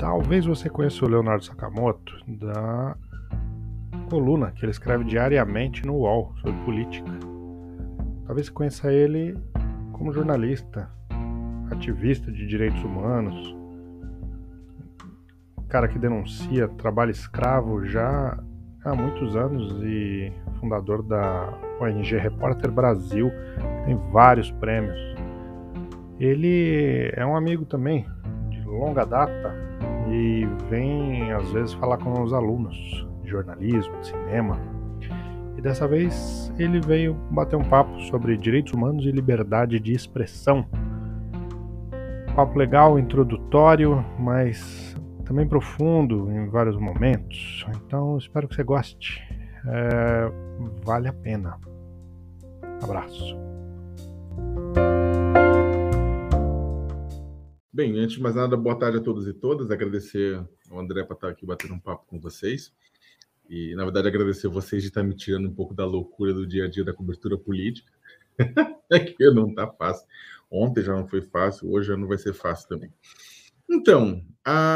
Talvez você conheça o Leonardo Sakamoto da coluna que ele escreve diariamente no UOL sobre política. Talvez você conheça ele como jornalista, ativista de direitos humanos, cara que denuncia trabalho escravo já há muitos anos e fundador da ONG Repórter Brasil, que tem vários prêmios. Ele é um amigo também de longa data e vem às vezes falar com os alunos de jornalismo, de cinema. E dessa vez ele veio bater um papo sobre direitos humanos e liberdade de expressão. Papo legal, introdutório, mas também profundo em vários momentos. Então espero que você goste. Vale a pena. Abraço. Bem, antes de mais nada, boa tarde a todos e todas. Agradecer ao André por estar aqui batendo um papo com vocês. E, na verdade, agradecer vocês de estar me tirando um pouco da loucura do dia a dia da cobertura política. É que não está fácil. Ontem já não foi fácil, hoje já não vai ser fácil também. Então,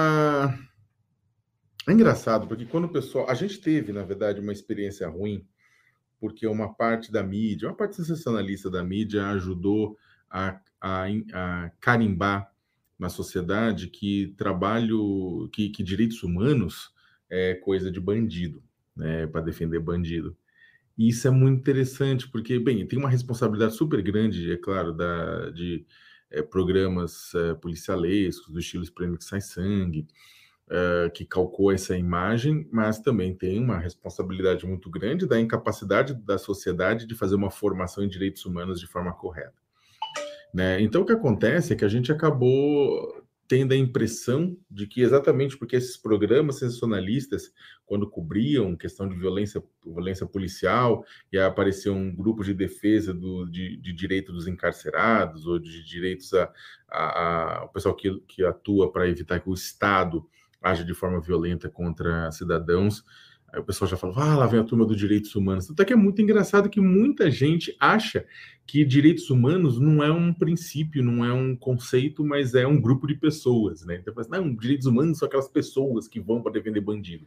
é engraçado, porque quando o pessoal... A gente teve, na verdade, uma experiência ruim, porque uma parte da mídia, uma parte sensacionalista da mídia ajudou a carimbar na sociedade que que direitos humanos é coisa de bandido, né, para defender bandido. E isso é muito interessante, porque, bem, tem uma responsabilidade super grande, é claro, de programas policialescos, do estilo Espreme que Sai Sangue, que calcou essa imagem, mas também tem uma responsabilidade muito grande da incapacidade da sociedade de fazer uma formação em direitos humanos de forma correta. Né? Então, o que acontece é que a gente acabou tendo a impressão de que exatamente porque esses programas sensacionalistas, quando cobriam questão de violência policial, e apareceu um grupo de defesa de direito dos encarcerados, ou de direitos o pessoal que atua para evitar que o Estado age de forma violenta contra cidadãos, aí o pessoal já fala, lá vem a turma dos direitos humanos. Até que é muito engraçado que muita gente acha que direitos humanos não é um princípio, não é um conceito, mas é um grupo de pessoas, né? Então, não, direitos humanos são aquelas pessoas que vão para defender bandido.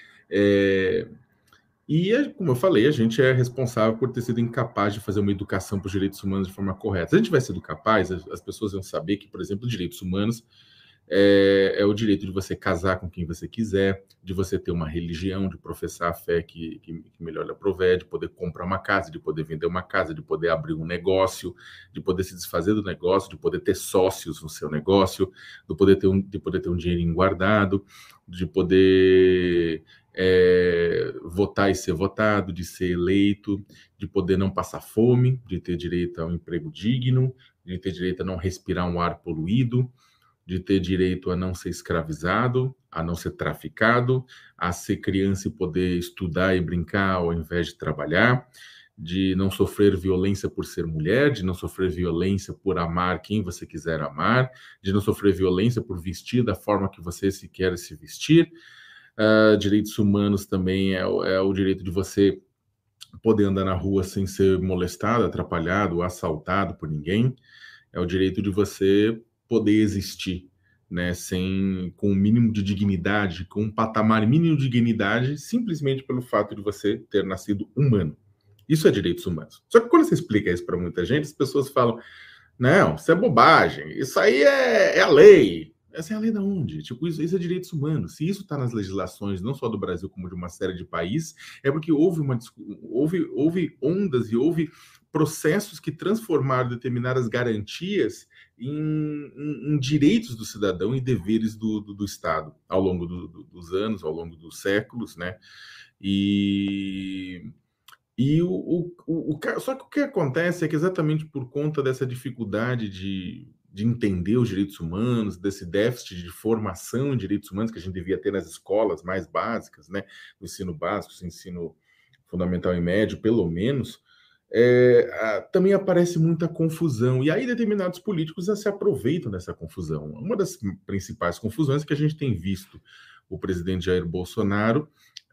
Como eu falei, a gente é responsável por ter sido incapaz de fazer uma educação para os direitos humanos de forma correta. Se a gente tivesse sido capaz, as pessoas iam saber que, por exemplo, direitos humanos é o direito de você casar com quem você quiser, de você ter uma religião, de professar a fé que melhor lhe aprover, de poder comprar uma casa, de poder vender uma casa, de poder abrir um negócio, de poder se desfazer do negócio, de poder ter sócios no seu negócio, de poder ter um dinheirinho guardado, de poder votar e ser votado, de ser eleito, de poder não passar fome, de ter direito a um emprego digno, de ter direito a não respirar um ar poluído, de ter direito a não ser escravizado, a não ser traficado, a ser criança e poder estudar e brincar ao invés de trabalhar, de não sofrer violência por ser mulher, de não sofrer violência por amar quem você quiser amar, de não sofrer violência por vestir da forma que você se quer se vestir. Direitos humanos também é o direito de você poder andar na rua sem ser molestado, atrapalhado, assaltado por ninguém. É o direito de você poder existir, né, com um mínimo de dignidade, com um patamar mínimo de dignidade, simplesmente pelo fato de você ter nascido humano. Isso é direitos humanos. Só que quando você explica isso para muita gente, as pessoas falam, não, isso é bobagem, isso aí é a lei. Essa é a lei da onde? Tipo, isso é direitos humanos. Se isso está nas legislações, não só do Brasil, como de uma série de países, é porque houve ondas e houve processos que transformaram determinadas garantias em direitos do cidadão e deveres do Estado ao longo dos anos, ao longo dos séculos, né? Só que o que acontece é que exatamente por conta dessa dificuldade de entender os direitos humanos, desse déficit de formação em direitos humanos que a gente devia ter nas escolas mais básicas, né? No ensino básico, no ensino fundamental e médio, pelo menos, também aparece muita confusão. E aí determinados políticos já se aproveitam dessa confusão. Uma das principais confusões é que a gente tem visto o presidente Jair Bolsonaro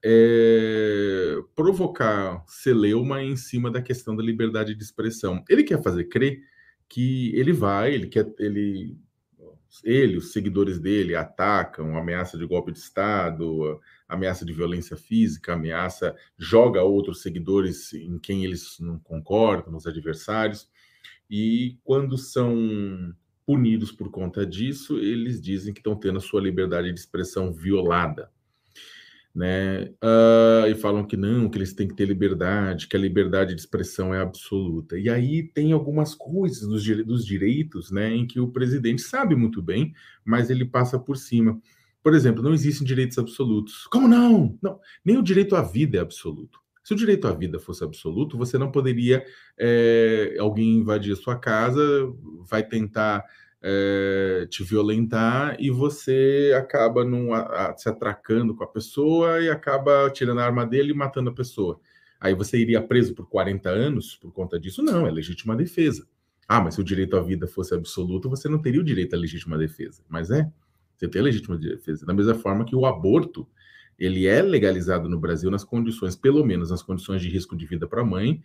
provocar celeuma em cima da questão da liberdade de expressão. Ele quer fazer crer que ele ele, os seguidores dele atacam, ameaça de golpe de Estado, ameaça de violência física, ameaça, joga outros seguidores em quem eles não concordam, os adversários, e quando são punidos por conta disso, eles dizem que estão tendo a sua liberdade de expressão violada, né? E falam que não, que eles têm que ter liberdade, que a liberdade de expressão é absoluta. E aí tem algumas coisas dos direitos, né, em que o presidente sabe muito bem, mas ele passa por cima. Por exemplo, não existem direitos absolutos. Como não? Não, nem o direito à vida é absoluto. Se o direito à vida fosse absoluto, você não poderia, alguém invadir a sua casa, vai tentar te violentar e você acaba se atracando com a pessoa e acaba tirando a arma dele e matando a pessoa. Aí você iria preso por 40 anos por conta disso? Não, é legítima defesa. Ah, mas se o direito à vida fosse absoluto, você não teria o direito à legítima defesa. Mas você tem a legítima defesa. Da mesma forma que o aborto, ele é legalizado no Brasil nas condições, pelo menos nas condições de risco de vida para a mãe,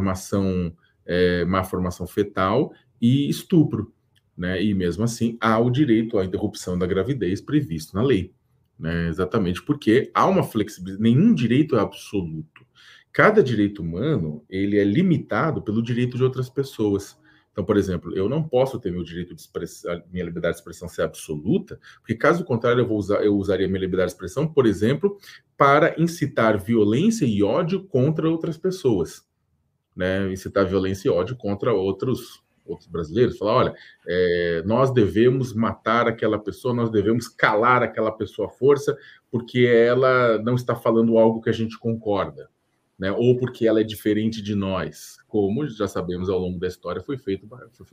má formação fetal e estupro, né? E mesmo assim há o direito à interrupção da gravidez previsto na lei, né? Exatamente porque há uma flexibilidade, nenhum direito é absoluto. Cada direito humano, ele é limitado pelo direito de outras pessoas. Então, por exemplo, eu não posso ter meu direito de expressão, minha liberdade de expressão ser absoluta, porque caso contrário eu usaria minha liberdade de expressão, por exemplo, para incitar violência e ódio contra outras pessoas, né? Incitar violência e ódio contra outros brasileiros, falar, olha, nós devemos matar aquela pessoa, nós devemos calar aquela pessoa à força, porque ela não está falando algo que a gente concorda, né? Ou porque ela é diferente de nós, como já sabemos ao longo da história foi feito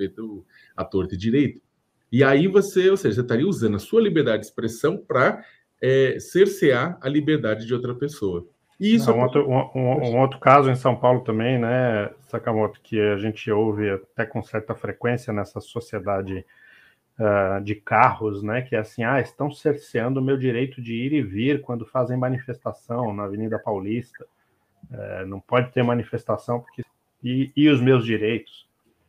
à torta e direito. E aí ou seja, você estaria usando a sua liberdade de expressão para cercear a liberdade de outra pessoa. E isso um outro caso em São Paulo também, né, Sakamoto, que a gente ouve até com certa frequência nessa sociedade de carros, né, que é assim, estão cerceando o meu direito de ir e vir quando fazem manifestação na Avenida Paulista. Não pode ter manifestação porque e os meus direitos.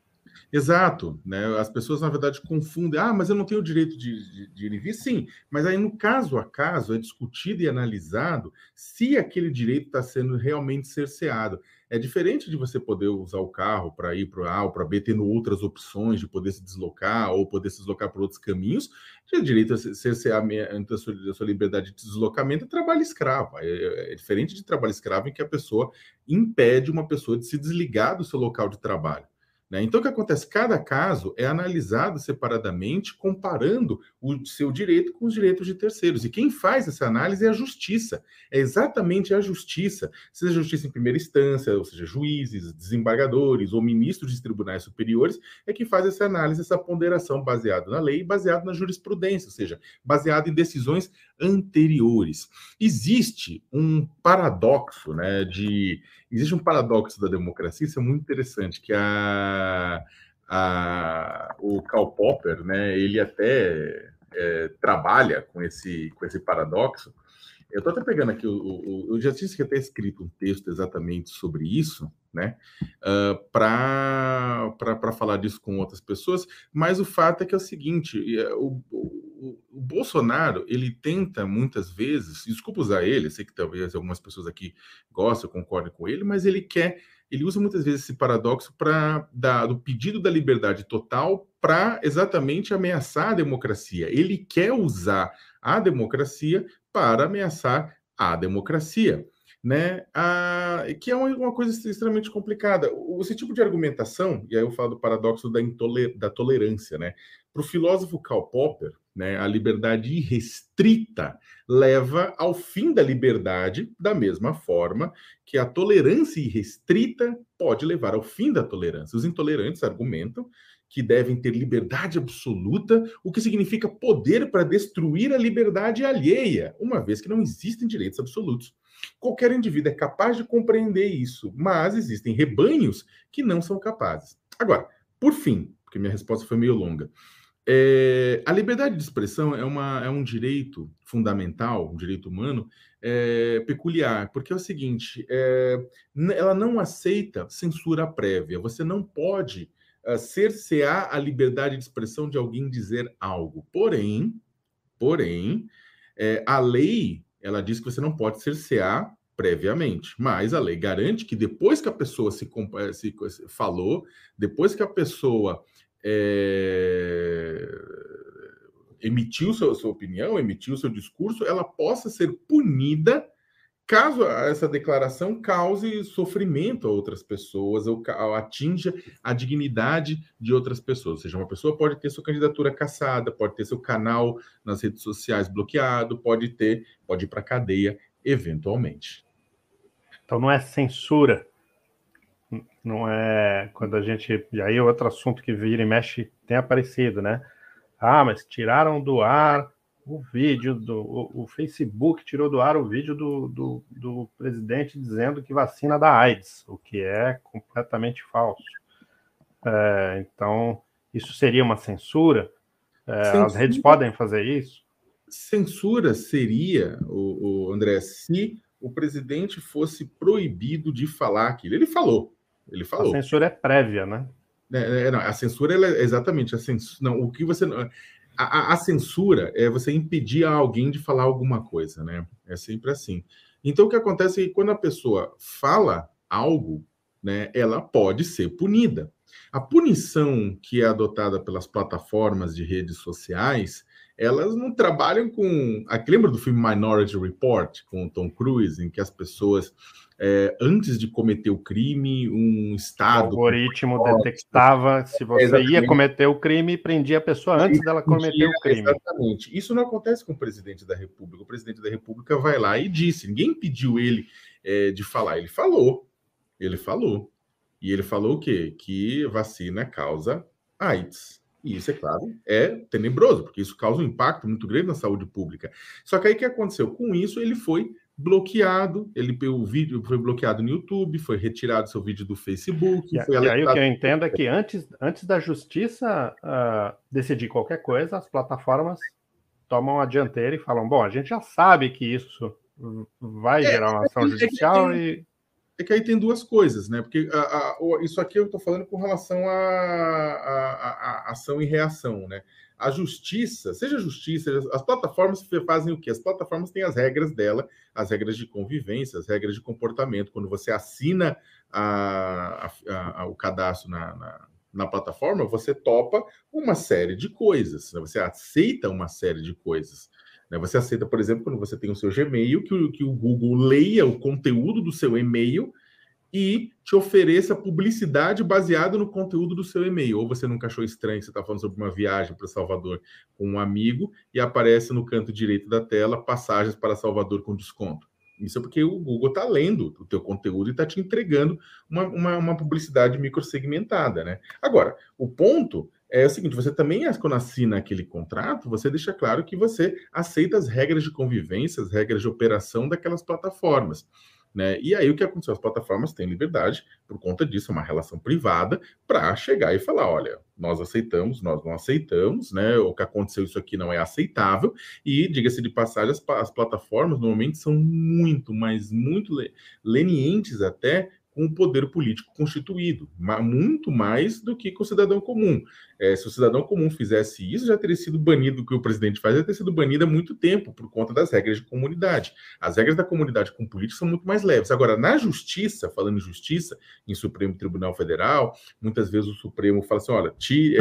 Exato, né? As pessoas, na verdade, confundem. Mas eu não tenho o direito de ir e vir? Sim, mas aí, no caso a caso, é discutido e analisado se aquele direito está sendo realmente cerceado. É diferente de você poder usar o carro para ir para A ou para B, tendo outras opções de poder se deslocar ou poder se deslocar por outros caminhos. O direito a cercear a sua liberdade de deslocamento é trabalho escravo. É diferente de trabalho escravo em que a pessoa impede uma pessoa de se desligar do seu local de trabalho. Então, o que acontece? Cada caso é analisado separadamente, comparando o seu direito com os direitos de terceiros. E quem faz essa análise é a justiça. É exatamente a justiça, seja a justiça em primeira instância, ou seja, juízes, desembargadores ou ministros de tribunais superiores, é que faz essa análise, essa ponderação baseada na lei, baseado na jurisprudência, ou seja, baseado em decisões anteriores. Existe um paradoxo, né, existe um paradoxo da democracia, isso é muito interessante, que o Karl Popper, né, ele até trabalha com esse paradoxo. Eu estou até pegando aqui, eu já tinha até escrito um texto exatamente sobre isso, né, para falar disso com outras pessoas, mas o fato é que é o seguinte, o Bolsonaro, ele tenta muitas vezes, desculpa usar ele, eu sei que talvez algumas pessoas aqui gostam, concordem com ele, mas ele usa muitas vezes esse paradoxo do pedido da liberdade total para exatamente ameaçar a democracia. Ele quer usar a democracia para ameaçar a democracia, né? Que é uma coisa extremamente complicada. Esse tipo de argumentação, e aí eu falo do paradoxo da tolerância, né? Para o filósofo Karl Popper, né, a liberdade irrestrita leva ao fim da liberdade, da mesma forma que a tolerância irrestrita pode levar ao fim da tolerância. Os intolerantes argumentam que devem ter liberdade absoluta, o que significa poder para destruir a liberdade alheia, uma vez que não existem direitos absolutos. Qualquer indivíduo é capaz de compreender isso, mas existem rebanhos que não são capazes. Agora, por fim, porque minha resposta foi meio longa, a liberdade de expressão é um direito fundamental, um direito humano peculiar, porque é o seguinte, ela não aceita censura prévia. Você não pode cercear a liberdade de expressão de alguém dizer algo. Porém, a lei, ela diz que você não pode cercear previamente, mas a lei garante que depois que a pessoa se falou, depois que a pessoa emitiu sua opinião, emitiu seu discurso, ela possa ser punida caso essa declaração cause sofrimento a outras pessoas ou atinja a dignidade de outras pessoas. Ou seja, uma pessoa pode ter sua candidatura cassada, pode ter seu canal nas redes sociais bloqueado, pode ir para a cadeia eventualmente. Então não é censura, não é quando a gente... E aí outro assunto que vira e mexe tem aparecido, né? Mas tiraram do ar o vídeo o Facebook tirou do ar o vídeo do presidente dizendo que vacina dá AIDS, o que é completamente falso. Então, isso seria uma censura? As redes podem fazer isso? Censura seria, André, se o presidente fosse proibido de falar aquilo. Ele falou. A censura é prévia, né? Não, a censura é exatamente a censura. Não, o que você... A censura é você impedir alguém de falar alguma coisa, né? É sempre assim. Então, o que acontece é que quando a pessoa fala algo, né, ela pode ser punida. A punição que é adotada pelas plataformas de redes sociais, elas não trabalham com... Lembra do filme Minority Report, com o Tom Cruise, em que as pessoas... antes de cometer o crime, um estado... O algoritmo detectava se você ia cometer o crime e prendia a pessoa antes dela cometer o crime. Exatamente. Isso não acontece com o presidente da República. O presidente da República vai lá e disse. Ninguém pediu ele de falar. Ele falou. E ele falou o quê? Que vacina causa AIDS. E isso, é claro, é tenebroso, porque isso causa um impacto muito grande na saúde pública. Só que aí o que aconteceu? Com isso, ele foi bloqueado, o vídeo foi bloqueado no YouTube, foi retirado seu vídeo do Facebook. E aí o que eu entendo é que antes da justiça decidir qualquer coisa, as plataformas tomam a dianteira e falam, bom, a gente já sabe que isso vai gerar uma ação judicial É que aí tem duas coisas, né? Porque isso aqui eu estou falando com relação à ação e reação, né? A justiça, seja a justiça, as plataformas fazem o quê? As plataformas têm as regras dela, as regras de convivência, as regras de comportamento. Quando você assina o cadastro na plataforma, você topa uma série de coisas, né? Você aceita uma série de coisas. Você aceita, por exemplo, quando você tem o seu Gmail, que o Google leia o conteúdo do seu e-mail e te ofereça publicidade baseada no conteúdo do seu e-mail. Ou você nunca achou estranho que você está falando sobre uma viagem para Salvador com um amigo e aparece no canto direito da tela passagens para Salvador com desconto. Isso é porque o Google está lendo o teu conteúdo e está te entregando uma publicidade microsegmentada, né? Agora, o ponto é o seguinte, você também, quando assina aquele contrato, você deixa claro que você aceita as regras de convivência, as regras de operação daquelas plataformas, né? E aí o que aconteceu? As plataformas têm liberdade, por conta disso, é uma relação privada, para chegar e falar, olha, nós aceitamos, nós não aceitamos, né? O que aconteceu, isso aqui não é aceitável, e, diga-se de passagem, as plataformas normalmente são muito, mas muito lenientes até com o poder político constituído, muito mais do que com o cidadão comum. Se o cidadão comum fizesse isso, já teria sido banido, o que o presidente faz, já teria sido banido há muito tempo, por conta das regras de comunidade. As regras da comunidade com política são muito mais leves. Agora, na justiça, falando em justiça, em Supremo Tribunal Federal, muitas vezes o Supremo fala assim, olha,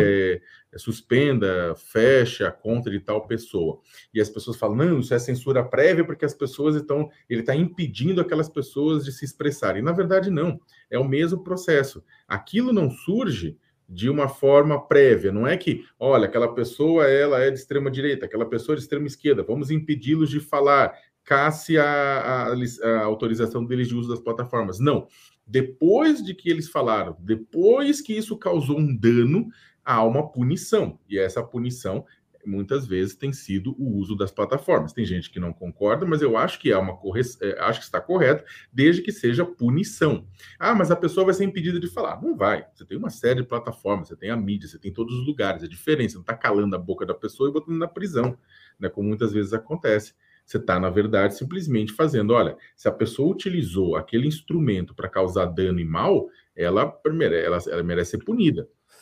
suspenda, fecha a conta de tal pessoa. E as pessoas falam, não, isso é censura prévia porque as pessoas ele está impedindo aquelas pessoas de se expressarem. Na verdade, não. É o mesmo processo. Aquilo não surge de uma forma prévia. Não é que, olha, aquela pessoa ela é de extrema direita, aquela pessoa é de extrema esquerda, vamos impedi-los de falar, casse a autorização deles de uso das plataformas. Não. Depois de que eles falaram, depois que isso causou um dano, há uma punição. E essa punição, muitas vezes, tem sido o uso das plataformas. Tem gente que não concorda, mas eu acho que acho que está correto, desde que seja punição. Mas a pessoa vai ser impedida de falar. Não vai. Você tem uma série de plataformas, você tem a mídia, você tem todos os lugares. É diferente. Você não está calando a boca da pessoa e botando na prisão, né? Como muitas vezes acontece. Você está, na verdade, simplesmente fazendo, olha, se a pessoa utilizou aquele instrumento para causar dano e mal, ela merece ser punida.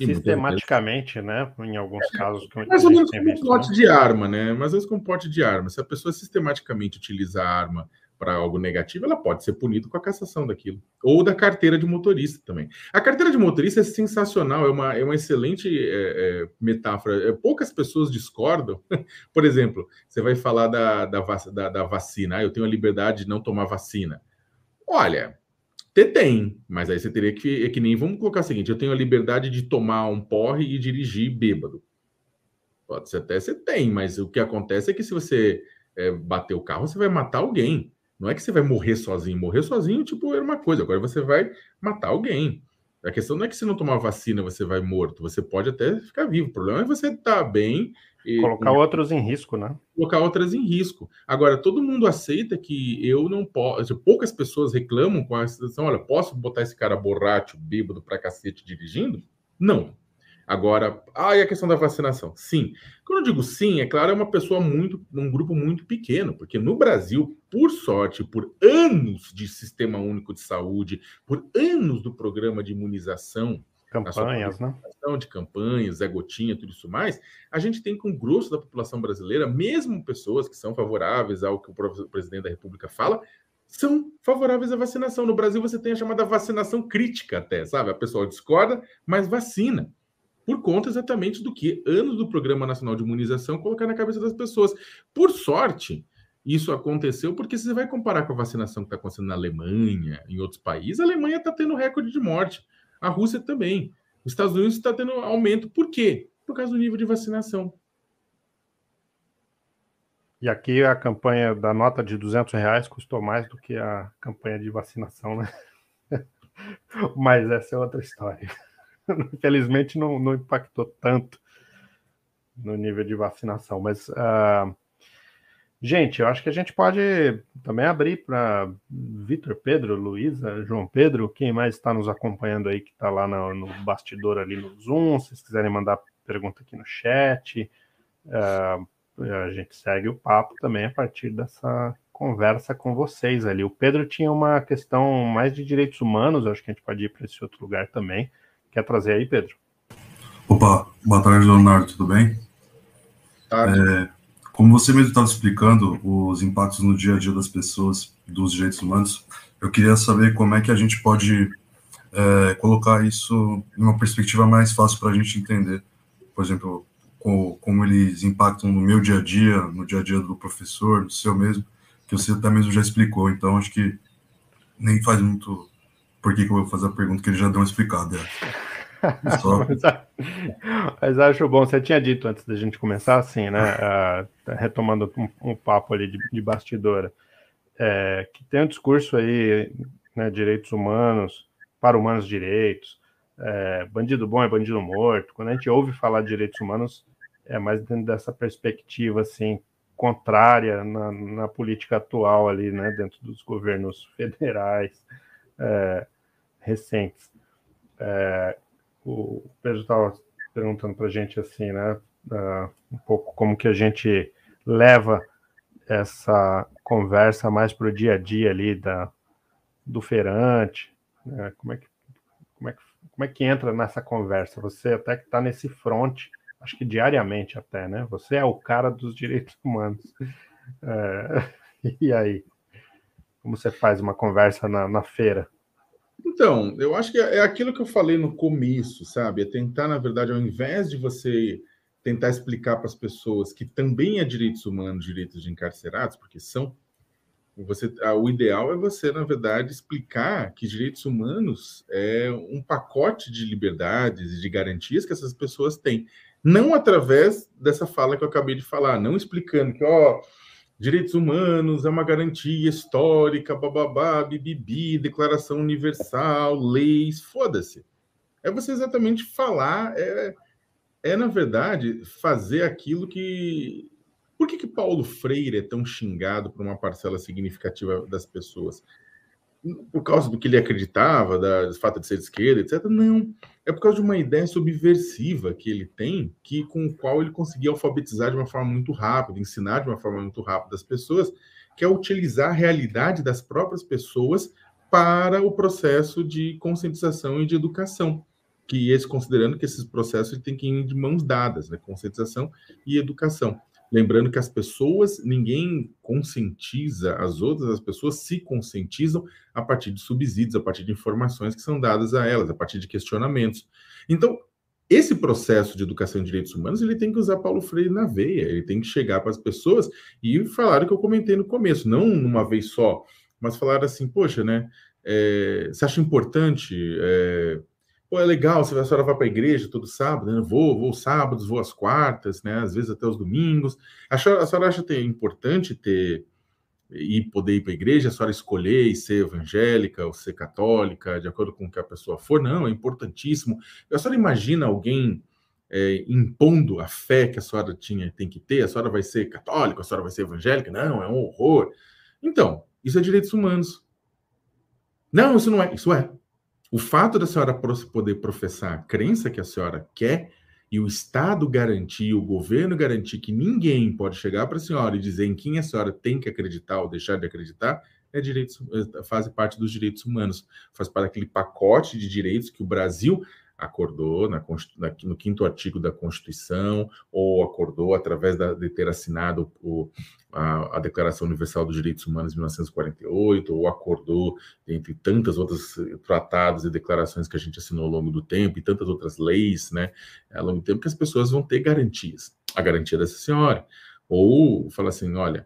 sistematicamente, né? Em alguns casos que mais ou menos como visto, porte de arma, né? Mais ou menos como porte de arma. Se a pessoa sistematicamente utiliza a arma para algo negativo, ela pode ser punida com a cassação daquilo. Ou da carteira de motorista também. A carteira de motorista é sensacional, é uma excelente metáfora. Poucas pessoas discordam. Por exemplo, você vai falar da vacina. Eu tenho a liberdade de não tomar vacina. Olha, tem, mas aí você teria que... É que nem, vamos colocar o seguinte, eu tenho a liberdade de tomar um porre e dirigir bêbado. Pode ser até você tem, mas o que acontece é que se você bater o carro, você vai matar alguém. Não é que você vai morrer sozinho. Morrer sozinho, tipo, era uma coisa. Agora você vai matar alguém. A questão não é que se não tomar vacina você vai morto. Você pode até ficar vivo. O problema é você estar bem... Colocar outros em risco, né? Colocar outras em risco. Agora, todo mundo aceita que eu não posso... Poucas pessoas reclamam com a situação. Olha, posso botar esse cara borracho, bêbado pra cacete dirigindo? Não. Agora, e a questão da vacinação? Sim. Quando eu digo sim, é claro, é uma pessoa um grupo muito pequeno, porque no Brasil, por sorte, por anos de Sistema Único de Saúde, por anos do programa de imunização, campanhas, né? De campanhas, Zé Gotinha, tudo isso mais, a gente tem com o grosso da população brasileira, mesmo pessoas que são favoráveis ao que o presidente da República fala, são favoráveis à vacinação. No Brasil, você tem a chamada vacinação crítica até, sabe? A pessoa discorda, mas vacina. Por conta exatamente do que anos do Programa Nacional de Imunização colocar na cabeça das pessoas. Por sorte, isso aconteceu porque se você vai comparar com a vacinação que está acontecendo na Alemanha, em outros países, a Alemanha está tendo recorde de morte. A Rússia também. Os Estados Unidos está tendo aumento. Por quê? Por causa do nível de vacinação. E aqui a campanha da nota de R$200 custou mais do que a campanha de vacinação, né? Mas essa é outra história. Infelizmente não impactou tanto no nível de vacinação, mas gente, eu acho que a gente pode também abrir para Vitor, Pedro, Luísa, João Pedro, quem mais está nos acompanhando aí, que está lá no bastidor ali no Zoom, se vocês quiserem mandar pergunta aqui no chat, a gente segue o papo também a partir dessa conversa com vocês ali. O Pedro tinha uma questão mais de direitos humanos, eu acho que a gente pode ir para esse outro lugar também. Quer trazer aí, Pedro? Opa, boa tarde, Leonardo, tudo bem? Como você mesmo estava explicando os impactos no dia a dia das pessoas dos direitos humanos, eu queria saber como é que a gente pode colocar isso em uma perspectiva mais fácil para a gente entender. Por exemplo, como eles impactam no meu dia a dia, no dia a dia do professor, no seu mesmo, que você até mesmo já explicou, então acho que nem faz muito... Por que eu vou fazer a pergunta que ele já deu uma explicada. Mas acho bom, você tinha dito antes da gente começar, assim, né? Retomando um papo ali de bastidora, que tem um discurso aí, né, direitos humanos, para humanos direitos, bandido bom é bandido morto. Quando a gente ouve falar de direitos humanos, é mais dentro dessa perspectiva, assim, contrária na política atual ali, né, dentro dos governos federais, recentes. O Pedro estava perguntando para a gente assim, né, um pouco como que a gente leva essa conversa mais para o dia a dia ali do feirante, né? Como é que entra nessa conversa? Você até que está nesse front, acho que diariamente até, né? Você é o cara dos direitos humanos. E aí? Como você faz uma conversa na feira? Então, eu acho que é aquilo que eu falei no começo, sabe? É tentar, na verdade, ao invés de você tentar explicar para as pessoas que também é direitos humanos, direitos de encarcerados, porque são, o ideal é você, na verdade, explicar que direitos humanos é um pacote de liberdades e de garantias que essas pessoas têm. Não através dessa fala que eu acabei de falar, não explicando que, direitos humanos é uma garantia histórica, bababá, bibibi, declaração universal, leis, foda-se. É você exatamente falar, na verdade, fazer aquilo que... Por que Paulo Freire é tão xingado por uma parcela significativa das pessoas? Por causa do que ele acreditava, do fato de ser de esquerda, etc. Não. É por causa de uma ideia subversiva que ele tem, com o qual ele conseguia alfabetizar de uma forma muito rápida, ensinar de uma forma muito rápida as pessoas, que é utilizar a realidade das próprias pessoas para o processo de conscientização e de educação. considerando que esses processos têm que ir de mãos dadas, né? Conscientização e educação. Lembrando que as pessoas, ninguém conscientiza as outras, as pessoas se conscientizam a partir de subsídios, a partir de informações que são dadas a elas, a partir de questionamentos. Então, esse processo de educação em direitos humanos, ele tem que usar Paulo Freire na veia, ele tem que chegar para as pessoas e falar o que eu comentei no começo, não numa vez só, mas falar assim, poxa, né, você acha importante... Pô, é legal, a senhora vai para a igreja todo sábado, né? Vou aos sábados, vou às quartas, né? Às vezes até os domingos. A senhora acha importante poder ir para a igreja, a senhora escolher e ser evangélica ou ser católica, de acordo com o que a pessoa for? Não, é importantíssimo. A senhora imagina alguém impondo a fé que a senhora tem que ter? A senhora vai ser católica, a senhora vai ser evangélica? Não, é um horror. Então, isso é direitos humanos. Não, isso não é. Isso é. O fato da senhora poder professar a crença que a senhora quer e o Estado garantir, o governo garantir que ninguém pode chegar para a senhora e dizer em quem a senhora tem que acreditar ou deixar de acreditar, faz parte dos direitos humanos, faz parte daquele pacote de direitos que o Brasil acordou no 5º artigo da Constituição, ou acordou através de ter assinado a Declaração Universal dos Direitos Humanos de 1948, ou acordou entre tantas outras tratados e declarações que a gente assinou ao longo do tempo, e tantas outras leis, né, ao longo do tempo, que as pessoas vão ter garantias. A garantia dessa senhora. Ou fala assim, olha,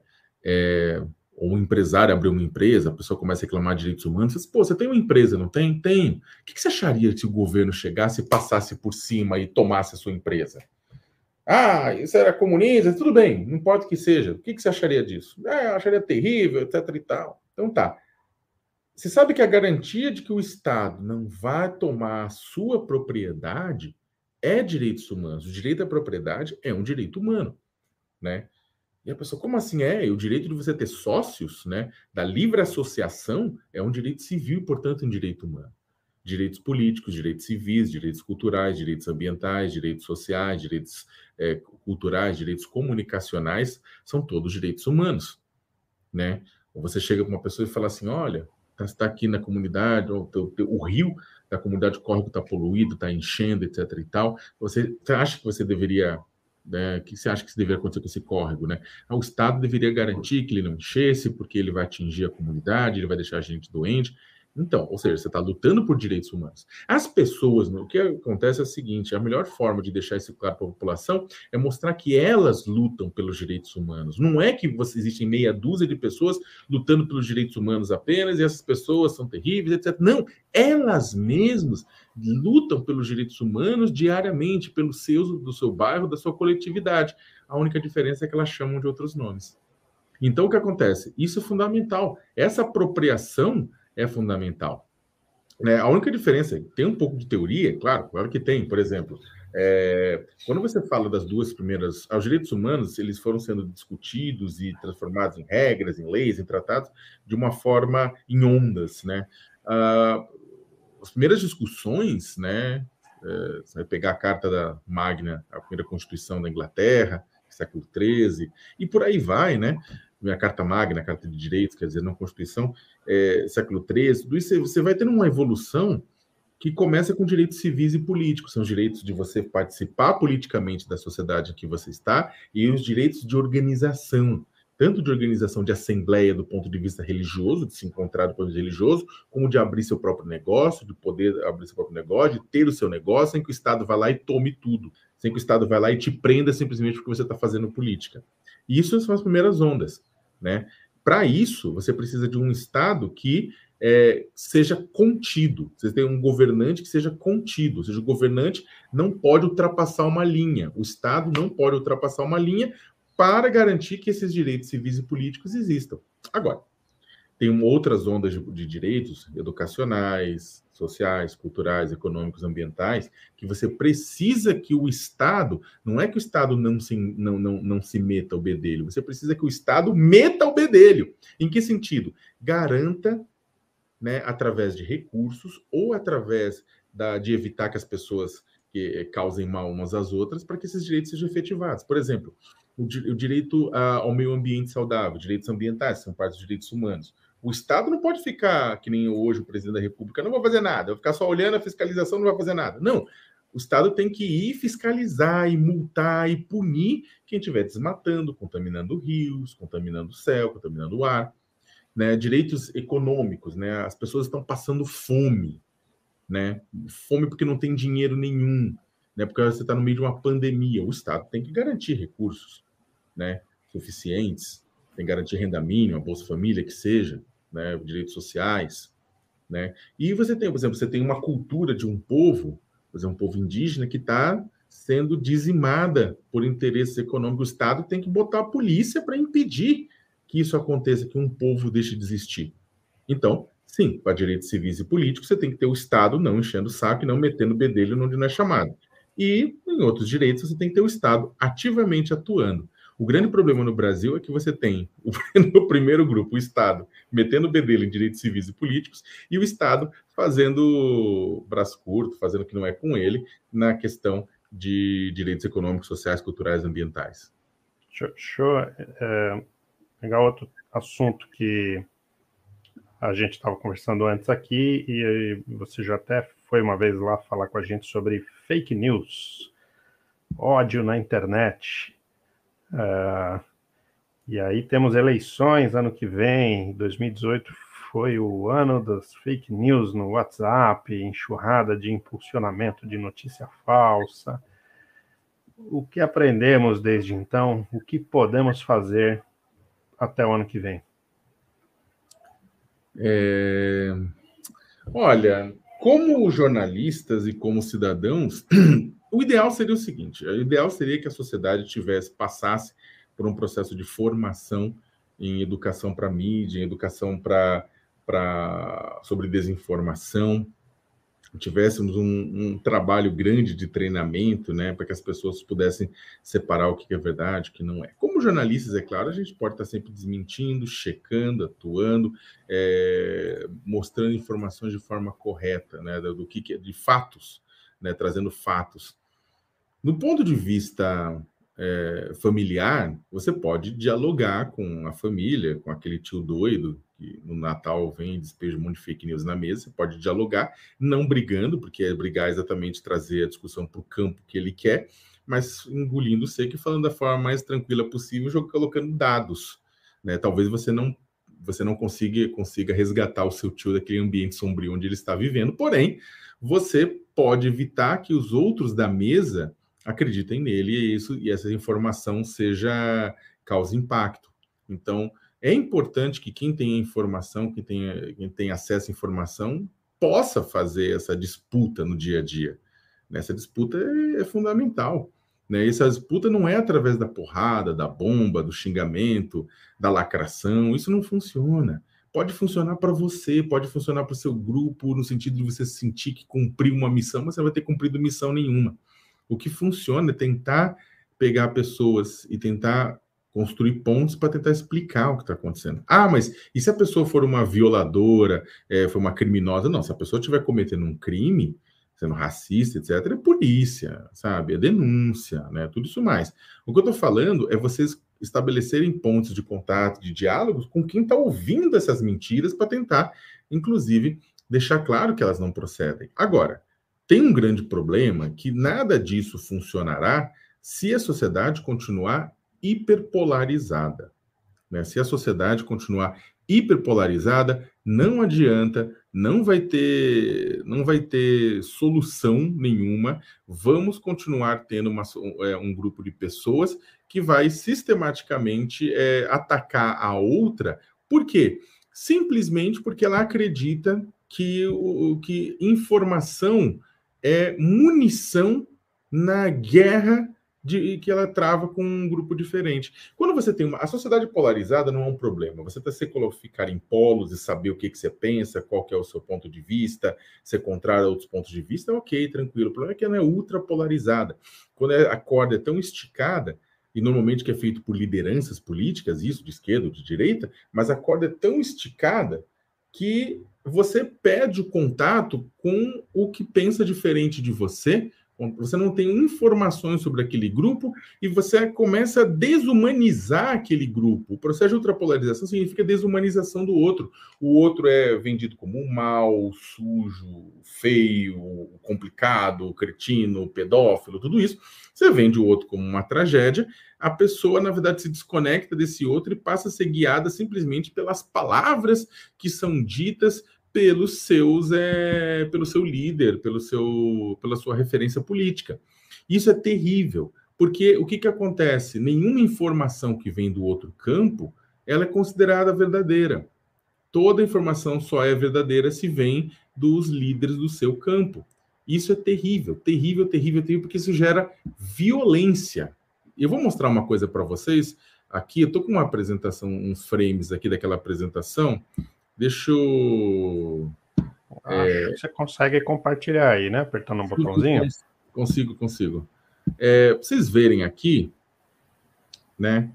ou um empresário abriu uma empresa, a pessoa começa a reclamar de direitos humanos, você diz, pô, você tem uma empresa, não tem? Tenho. O que você acharia se o governo chegasse e passasse por cima e tomasse a sua empresa? Ah, isso era comunista, tudo bem, não importa o que seja. O que você acharia disso? Eu acharia terrível, etc e tal. Então tá. Você sabe que a garantia de que o Estado não vai tomar a sua propriedade é direitos humanos. O direito à propriedade é um direito humano, né? E a pessoa, como assim o direito de você ter sócios, né, da livre associação é um direito civil, portanto, um direito humano. Direitos políticos, direitos civis, direitos culturais, direitos ambientais, direitos sociais, direitos culturais, direitos comunicacionais, são todos direitos humanos, né? Ou você chega para uma pessoa e fala assim, olha, está aqui na comunidade, o rio da comunidade, o córrego está poluído, está enchendo, etc e tal, você acha que você deveria... O que você acha que deveria acontecer com esse córrego, né? O Estado deveria garantir que ele não enchesse, porque ele vai atingir a comunidade, ele vai deixar a gente doente. Então, ou seja, você está lutando por direitos humanos. As pessoas, o que acontece é o seguinte, a melhor forma de deixar isso claro para a população é mostrar que elas lutam pelos direitos humanos. Não é que existem meia dúzia de pessoas lutando pelos direitos humanos apenas e essas pessoas são terríveis, etc. Não, elas mesmas lutam pelos direitos humanos diariamente, do seu bairro, da sua coletividade. A única diferença é que elas chamam de outros nomes. Então, o que acontece? Isso é fundamental. Essa apropriação é fundamental. A única diferença, tem um pouco de teoria, claro que tem, por exemplo, quando você fala das duas primeiras, os direitos humanos, eles foram sendo discutidos e transformados em regras, em leis, em tratados, de uma forma em ondas, né? As primeiras discussões, né? Você vai pegar a Carta da Magna, a primeira Constituição da Inglaterra, século XIII, e por aí vai, né? A Carta Magna, a Carta de Direitos, quer dizer, não Constituição, século XIII, tudo isso você vai tendo uma evolução que começa com direitos civis e políticos, são os direitos de você participar politicamente da sociedade em que você está e os direitos de organização, tanto de organização de assembleia do ponto de vista religioso, de se encontrar do ponto de vista religioso, como de abrir seu próprio negócio, de poder abrir seu próprio negócio, de ter o seu negócio, sem que o Estado vá lá e tome tudo, sem que o Estado vá lá e te prenda simplesmente porque você está fazendo política. E isso são as primeiras ondas, né? Para isso, você precisa de um Estado que seja contido. Você tem um governante que seja contido, ou seja, o governante não pode ultrapassar uma linha. O Estado não pode ultrapassar uma linha para garantir que esses direitos civis e políticos existam. Agora, tem outras ondas de direitos educacionais, sociais, culturais, econômicos, ambientais, que você precisa que o Estado, não é que o Estado não se meta o bedelho, você precisa que o Estado meta o bedelho. Em que sentido? Garanta, né, através de recursos ou através de evitar que as pessoas causem mal umas às outras, para que esses direitos sejam efetivados. Por exemplo, o direito ao meio ambiente saudável, direitos ambientais, são parte dos direitos humanos. O Estado não pode ficar, que nem hoje o presidente da República, não vai fazer nada, vai ficar só olhando a fiscalização, não vai fazer nada. Não, o Estado tem que ir fiscalizar e multar e punir quem estiver desmatando, contaminando rios, contaminando o céu, contaminando o ar. Né? Direitos econômicos, né? As pessoas estão passando fome, né? Fome porque não tem dinheiro nenhum, né? Porque você está no meio de uma pandemia. O Estado tem que garantir recursos, né? Suficientes, tem que garantir renda mínima, Bolsa Família, que seja, né? Direitos sociais, né? E você tem, por exemplo, você tem uma cultura de um povo, por exemplo, um povo indígena que está sendo dizimada por interesses econômicos. O Estado tem que botar a polícia para impedir que isso aconteça, que um povo deixe de existir. Então, sim, para direitos civis e políticos, você tem que ter o Estado não enchendo o saco e não metendo o bedelho onde não é chamado. E em outros direitos, você tem que ter o Estado ativamente atuando. O grande problema no Brasil é que você tem no primeiro grupo o Estado metendo o bedelho em direitos civis e políticos e o Estado fazendo braço curto, fazendo o que não é com ele na questão de direitos econômicos, sociais, culturais e ambientais. Deixa eu pegar outro assunto que a gente estava conversando antes aqui, e você já até foi uma vez lá falar com a gente sobre fake news, ódio na internet. E aí temos eleições ano que vem, 2018 foi o ano das fake news no WhatsApp, enxurrada de impulsionamento de notícia falsa. O que aprendemos desde então? O que podemos fazer até o ano que vem? Olha, como jornalistas e como cidadãos, o ideal seria o seguinte: o ideal seria que a sociedade passasse por um processo de formação em educação para mídia, em educação sobre desinformação, tivéssemos um trabalho grande de treinamento, né, para que as pessoas pudessem separar o que é verdade, o que não é. Como jornalistas, é claro, a gente pode estar sempre desmentindo, checando, atuando, mostrando informações de forma correta, né, do que é de fatos, né, trazendo fatos. No ponto de vista familiar, você pode dialogar com a família, com aquele tio doido que no Natal vem e despeja um monte de fake news na mesa. Você pode dialogar, não brigando, porque brigar é exatamente trazer a discussão para o campo que ele quer, mas engolindo o seco e falando da forma mais tranquila possível, colocando dados, né? Talvez você não consiga resgatar o seu tio daquele ambiente sombrio onde ele está vivendo, porém, você pode evitar que os outros da mesa acreditem nele e essa informação cause impacto. Então, é importante que quem tem informação, quem tem acesso à informação, possa fazer essa disputa no dia a dia. Essa disputa é fundamental. Né? Essa disputa não é através da porrada, da bomba, do xingamento, da lacração. Isso não funciona. Pode funcionar para você, pode funcionar para o seu grupo, no sentido de você sentir que cumpriu uma missão, mas você não vai ter cumprido missão nenhuma. O que funciona é tentar pegar pessoas e tentar construir pontos para tentar explicar o que está acontecendo. Mas e se a pessoa for uma violadora, for uma criminosa? Não, se a pessoa estiver cometendo um crime, sendo racista, etc., é polícia, sabe? É denúncia, né? Tudo isso mais. O que eu estou falando é vocês estabelecerem pontos de contato, de diálogos com quem está ouvindo essas mentiras para tentar, inclusive, deixar claro que elas não procedem. Agora, tem um grande problema que nada disso funcionará se a sociedade continuar hiperpolarizada. Né? Se a sociedade continuar hiperpolarizada, não adianta, não vai ter solução nenhuma. Vamos continuar tendo um grupo de pessoas que vai sistematicamente atacar a outra. Por quê? Simplesmente porque ela acredita que informação é munição na guerra que ela trava com um grupo diferente. Quando você tem a sociedade polarizada, não é um problema. Você ficar em polos e saber o que você pensa, qual que é o seu ponto de vista, ser contrário a outros pontos de vista, ok, tranquilo. O problema é que ela é ultra polarizada. Quando a corda é tão esticada, e normalmente que é feito por lideranças políticas, isso de esquerda ou de direita, mas a corda é tão esticada que você perde o contato com o que pensa diferente de você, Você não tem informações sobre aquele grupo e você começa a desumanizar aquele grupo. O processo de ultrapolarização significa desumanização do outro. O outro é vendido como um mal, sujo, feio, complicado, cretino, pedófilo, tudo isso. Você vende o outro como uma tragédia. A pessoa, na verdade, se desconecta desse outro e passa a ser guiada simplesmente pelas palavras que são ditas pelo seu líder, pela sua referência política. Isso é terrível, porque o que acontece? Nenhuma informação que vem do outro campo, ela é considerada verdadeira. Toda informação só é verdadeira se vem dos líderes do seu campo. Isso é terrível, terrível, terrível, terrível, porque isso gera violência. Eu vou mostrar uma coisa para vocês aqui. Eu estou com uma apresentação, uns frames aqui daquela apresentação. Deixa eu... Acho que você consegue compartilhar aí, né? Apertando um botãozinho. Consigo. Pra vocês verem aqui, né?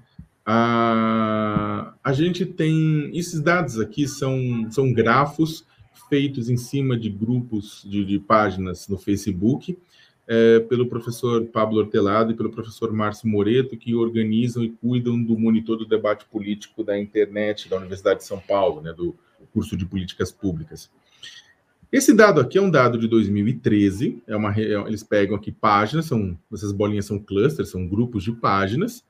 A gente tem... Esses dados aqui são grafos feitos em cima de grupos de páginas no Facebook, pelo professor Pablo Hortelado e pelo professor Márcio Moreto, que organizam e cuidam do monitor do debate político da internet da Universidade de São Paulo, né? Do curso de Políticas Públicas. Esse dado aqui é um dado de 2013, eles pegam aqui páginas, essas bolinhas são clusters, são grupos de páginas,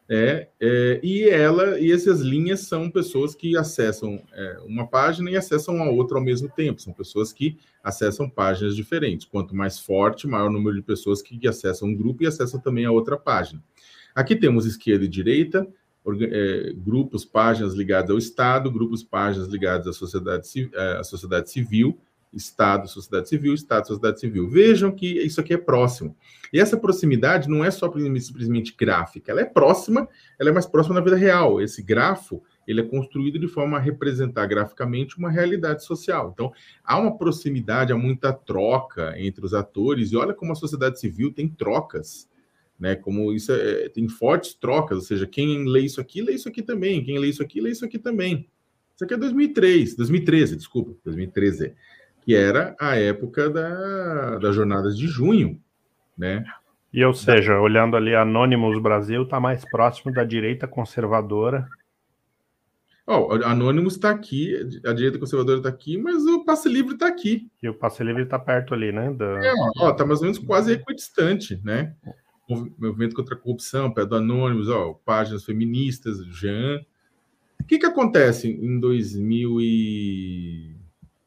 e essas linhas são pessoas que acessam uma página e acessam a outra ao mesmo tempo, são pessoas que acessam páginas diferentes. Quanto mais forte, maior o número de pessoas que acessam um grupo e acessam também a outra página. Aqui temos esquerda e direita, grupos, páginas ligadas ao Estado, grupos, páginas ligadas à sociedade civil, Estado, sociedade civil, Estado, sociedade civil. Vejam que isso aqui é próximo. E essa proximidade não é só simplesmente gráfica, ela é próxima, ela é mais próxima na vida real. Esse grafo, ele é construído de forma a representar graficamente uma realidade social. Então, há uma proximidade, há muita troca entre os atores, e olha como a sociedade civil tem trocas, né? Como isso tem fortes trocas, ou seja, quem lê isso aqui também, quem lê isso aqui também. Isso aqui é 2013, que era a época das jornadas de junho, né? E, ou seja, olhando ali, Anonymous Brasil está mais próximo da direita conservadora. Anonymous está aqui, a direita conservadora está aqui, mas o Passe Livre está aqui. E o Passe Livre está perto ali, né? Está mais ou menos quase equidistante, né? Movimento contra a corrupção, pé do Anonymous, páginas feministas, Jean. O que acontece em 2000 e...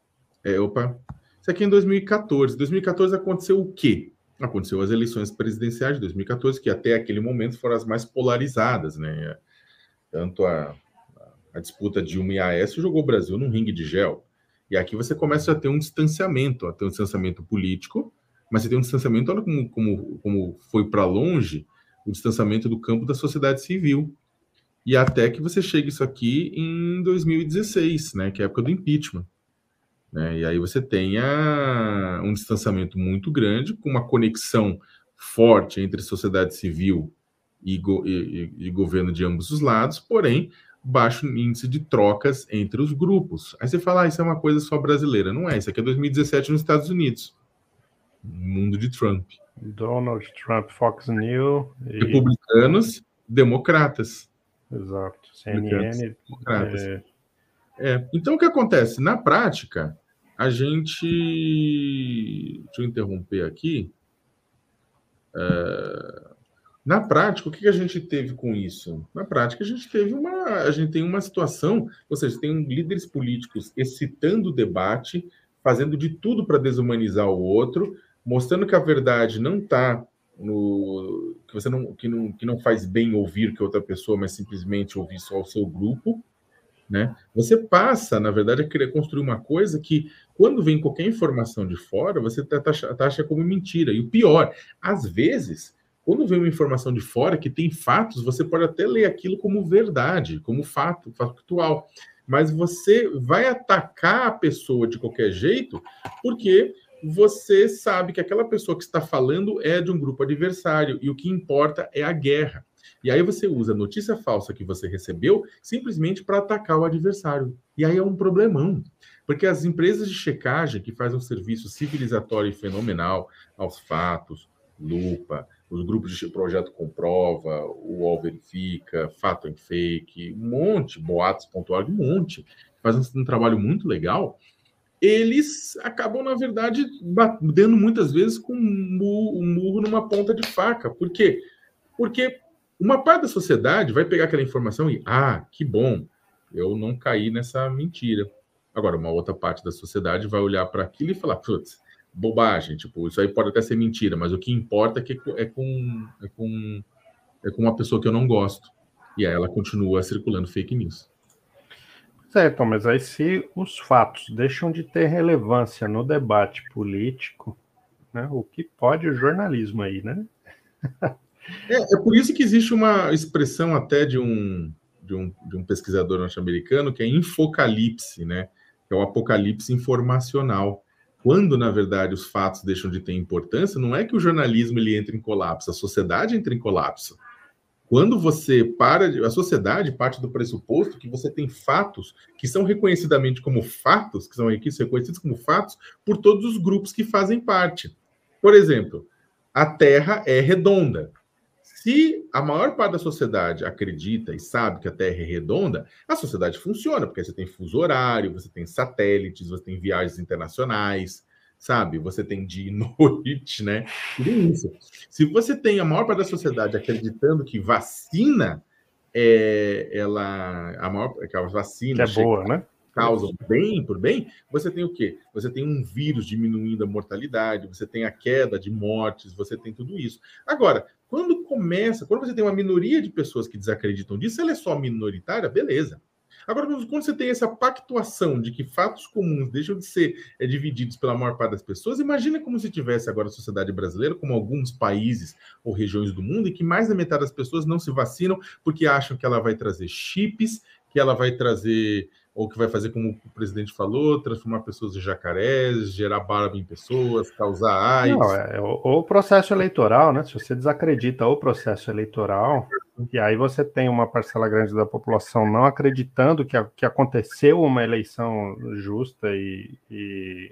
Isso aqui é em 2014. Em 2014 aconteceu o quê? Aconteceu as eleições presidenciais de 2014, que até aquele momento foram as mais polarizadas, né? Tanto a disputa Dilma e Aécio jogou o Brasil num ringue de gel. E aqui você começa a ter um distanciamento, político, mas você tem um distanciamento, olha como foi para longe o distanciamento do campo da sociedade civil. E até que você chega isso aqui em 2016, né, que é a época do impeachment. Né, e aí você tem um distanciamento muito grande, com uma conexão forte entre sociedade civil e governo de ambos os lados, porém, baixo índice de trocas entre os grupos. Aí você fala, isso é uma coisa só brasileira. Não é, isso aqui é 2017 nos Estados Unidos. Mundo de Trump. Donald Trump, Fox News. Republicanos, democratas. Exato. CNN. Democratas. Então, o que acontece? Na prática, a gente... Deixa eu interromper aqui. Na prática, o que a gente teve com isso? Na prática, a gente tem uma situação, ou seja, tem líderes políticos excitando o debate, fazendo de tudo para desumanizar o outro, mostrando que a verdade não está no... que não faz bem ouvir que outra pessoa, mas simplesmente ouvir só o seu grupo, né? Você passa, na verdade, a querer construir uma coisa que, quando vem qualquer informação de fora, você taxa como mentira. E o pior, às vezes, quando vem uma informação de fora que tem fatos, você pode até ler aquilo como verdade, como fato factual. Mas você vai atacar a pessoa de qualquer jeito, porque você sabe que aquela pessoa que está falando é de um grupo adversário, e o que importa é a guerra. E aí você usa a notícia falsa que você recebeu simplesmente para atacar o adversário. E aí é um problemão. Porque as empresas de checagem que fazem um serviço civilizatório e fenomenal aos fatos, Lupa, os grupos de Projeto Comprova, o UOL Verifica, Fato em Fake, um monte, boatos.org, um monte, fazem um trabalho muito legal. Eles acabam, na verdade, dando muitas vezes com um murro numa ponta de faca. Por quê? Porque uma parte da sociedade vai pegar aquela informação e, que bom, eu não caí nessa mentira. Agora, uma outra parte da sociedade vai olhar para aquilo e falar, putz, bobagem, tipo, isso aí pode até ser mentira, mas o que importa é que é com uma pessoa que eu não gosto. E aí ela continua circulando fake news. Certo, mas aí se os fatos deixam de ter relevância no debate político, né, o que pode o jornalismo aí, né? É por isso que existe uma expressão até de um pesquisador norte-americano que é infocalipse, né? Que é o apocalipse informacional. Quando, na verdade, os fatos deixam de ter importância, não é que o jornalismo ele entra em colapso, a sociedade entra em colapso. Quando você a sociedade parte do pressuposto que você tem fatos que são reconhecidamente como fatos, que são reconhecidos como fatos por todos os grupos que fazem parte. Por exemplo, a Terra é redonda. Se a maior parte da sociedade acredita e sabe que a Terra é redonda, a sociedade funciona, porque você tem fuso horário, você tem satélites, você tem viagens internacionais, sabe? Você tem dia e noite, né? Tudo isso. Se você tem a maior parte da sociedade acreditando que vacina aquela vacina que é boa, né? Causam bem por bem, você tem o quê? Você tem um vírus diminuindo a mortalidade, você tem a queda de mortes, você tem tudo isso. Agora, quando você tem uma minoria de pessoas que desacreditam disso, ela é só minoritária, beleza. Agora, quando você tem essa pactuação de que fatos comuns deixam de ser divididos pela maior parte das pessoas, imagina como se tivesse agora a sociedade brasileira, como alguns países ou regiões do mundo, em que mais da metade das pessoas não se vacinam porque acham que ela vai trazer chips, que ela vai trazer, ou que vai fazer como o presidente falou, transformar pessoas em jacarés, gerar barba em pessoas, causar AIDS. Não, é o processo eleitoral, né? Se você desacredita o processo eleitoral, e aí você tem uma parcela grande da população não acreditando que aconteceu uma eleição justa e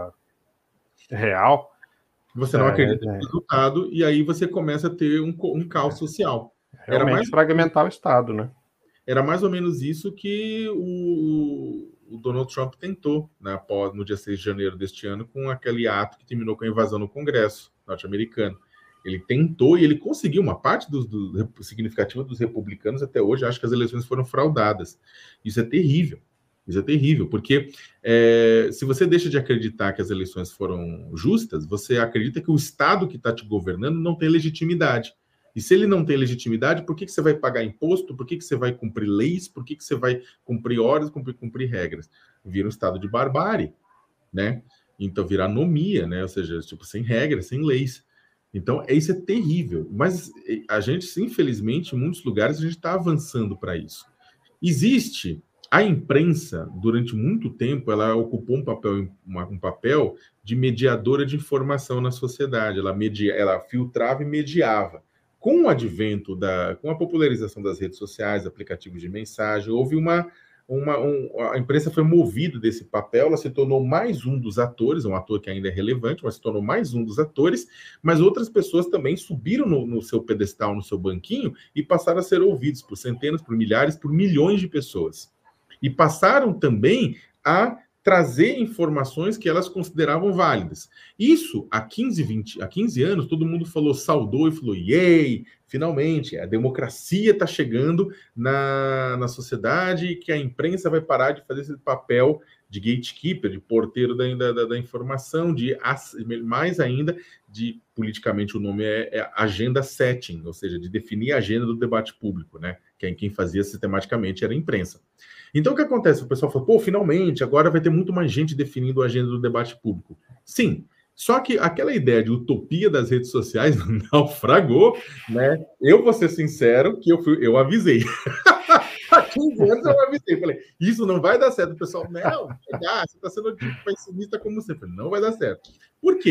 real. Você não acredita no resultado, e aí você começa a ter um caos social. Realmente fragmentar o Estado, né? Era mais ou menos isso que o Donald Trump tentou, né, no dia 6 de janeiro deste ano, com aquele ato que terminou com a invasão no Congresso norte-americano. Ele tentou e ele conseguiu. Uma parte significativa dos republicanos até hoje acha que as eleições foram fraudadas. Isso é terrível. Isso é terrível, porque se você deixa de acreditar que as eleições foram justas, você acredita que o Estado que está te governando não tem legitimidade. E se ele não tem legitimidade, por que você vai pagar imposto? Por que você vai cumprir leis? Por que você vai cumprir ordens, cumprir regras? Vira um estado de barbárie, né? Então, vira anomia, né? Ou seja, tipo, sem regras, sem leis. Então, isso é terrível. Mas a gente, infelizmente, em muitos lugares, a gente está avançando para isso. Existe a imprensa, durante muito tempo, ela ocupou um papel de mediadora de informação na sociedade. Ela filtrava e mediava. Com o advento com a popularização das redes sociais, aplicativos de mensagem, houve a imprensa foi movida desse papel, ela se tornou mais um dos atores, um ator que ainda é relevante, mas se tornou mais um dos atores, mas outras pessoas também subiram no seu pedestal, no seu banquinho, e passaram a ser ouvidos por centenas, por milhares, por milhões de pessoas. E passaram também a trazer informações que elas consideravam válidas. Isso, há 15 anos, todo mundo saudou e falou, yay, finalmente, a democracia está chegando na sociedade e que a imprensa vai parar de fazer esse papel de gatekeeper, de porteiro da informação, mais ainda, politicamente o nome é agenda setting, ou seja, de definir a agenda do debate público, né? Quem fazia sistematicamente era a imprensa. Então, o que acontece? O pessoal fala, finalmente, agora vai ter muito mais gente definindo a agenda do debate público. Sim, só que aquela ideia de utopia das redes sociais naufragou, né? Eu vou ser sincero que eu avisei. Há 15 anos eu avisei. Falei, isso não vai dar certo. O pessoal, não, você está sendo pessimista como você. Falei, não vai dar certo. Por quê?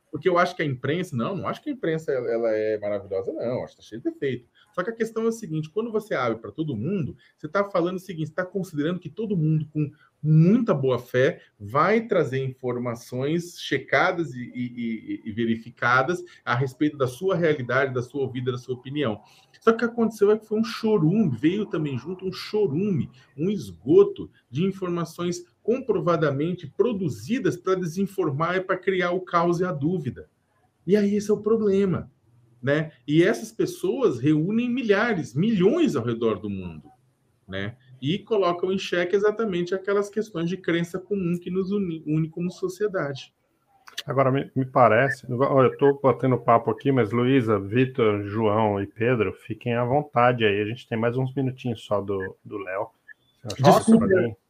Porque eu acho que a imprensa... Não acho que a imprensa ela é maravilhosa, não. Acho que está cheio de defeito. Só que a questão é o seguinte, quando você abre para todo mundo, você está falando o seguinte, você está considerando que todo mundo com muita boa fé vai trazer informações checadas e verificadas a respeito da sua realidade, da sua vida, da sua opinião. Só que o que aconteceu é que foi um chorume, veio também junto um chorume, um esgoto de informações comprovadamente produzidas para desinformar e para criar o caos e a dúvida. E aí esse é o problema, né? E essas pessoas reúnem milhares, milhões ao redor do mundo, né? E colocam em xeque exatamente aquelas questões de crença comum que nos une como sociedade. Agora, me parece... Eu estou batendo papo aqui, mas Luísa, Vitor, João e Pedro, fiquem à vontade aí. A gente tem mais uns minutinhos só do Léo. Desculpa,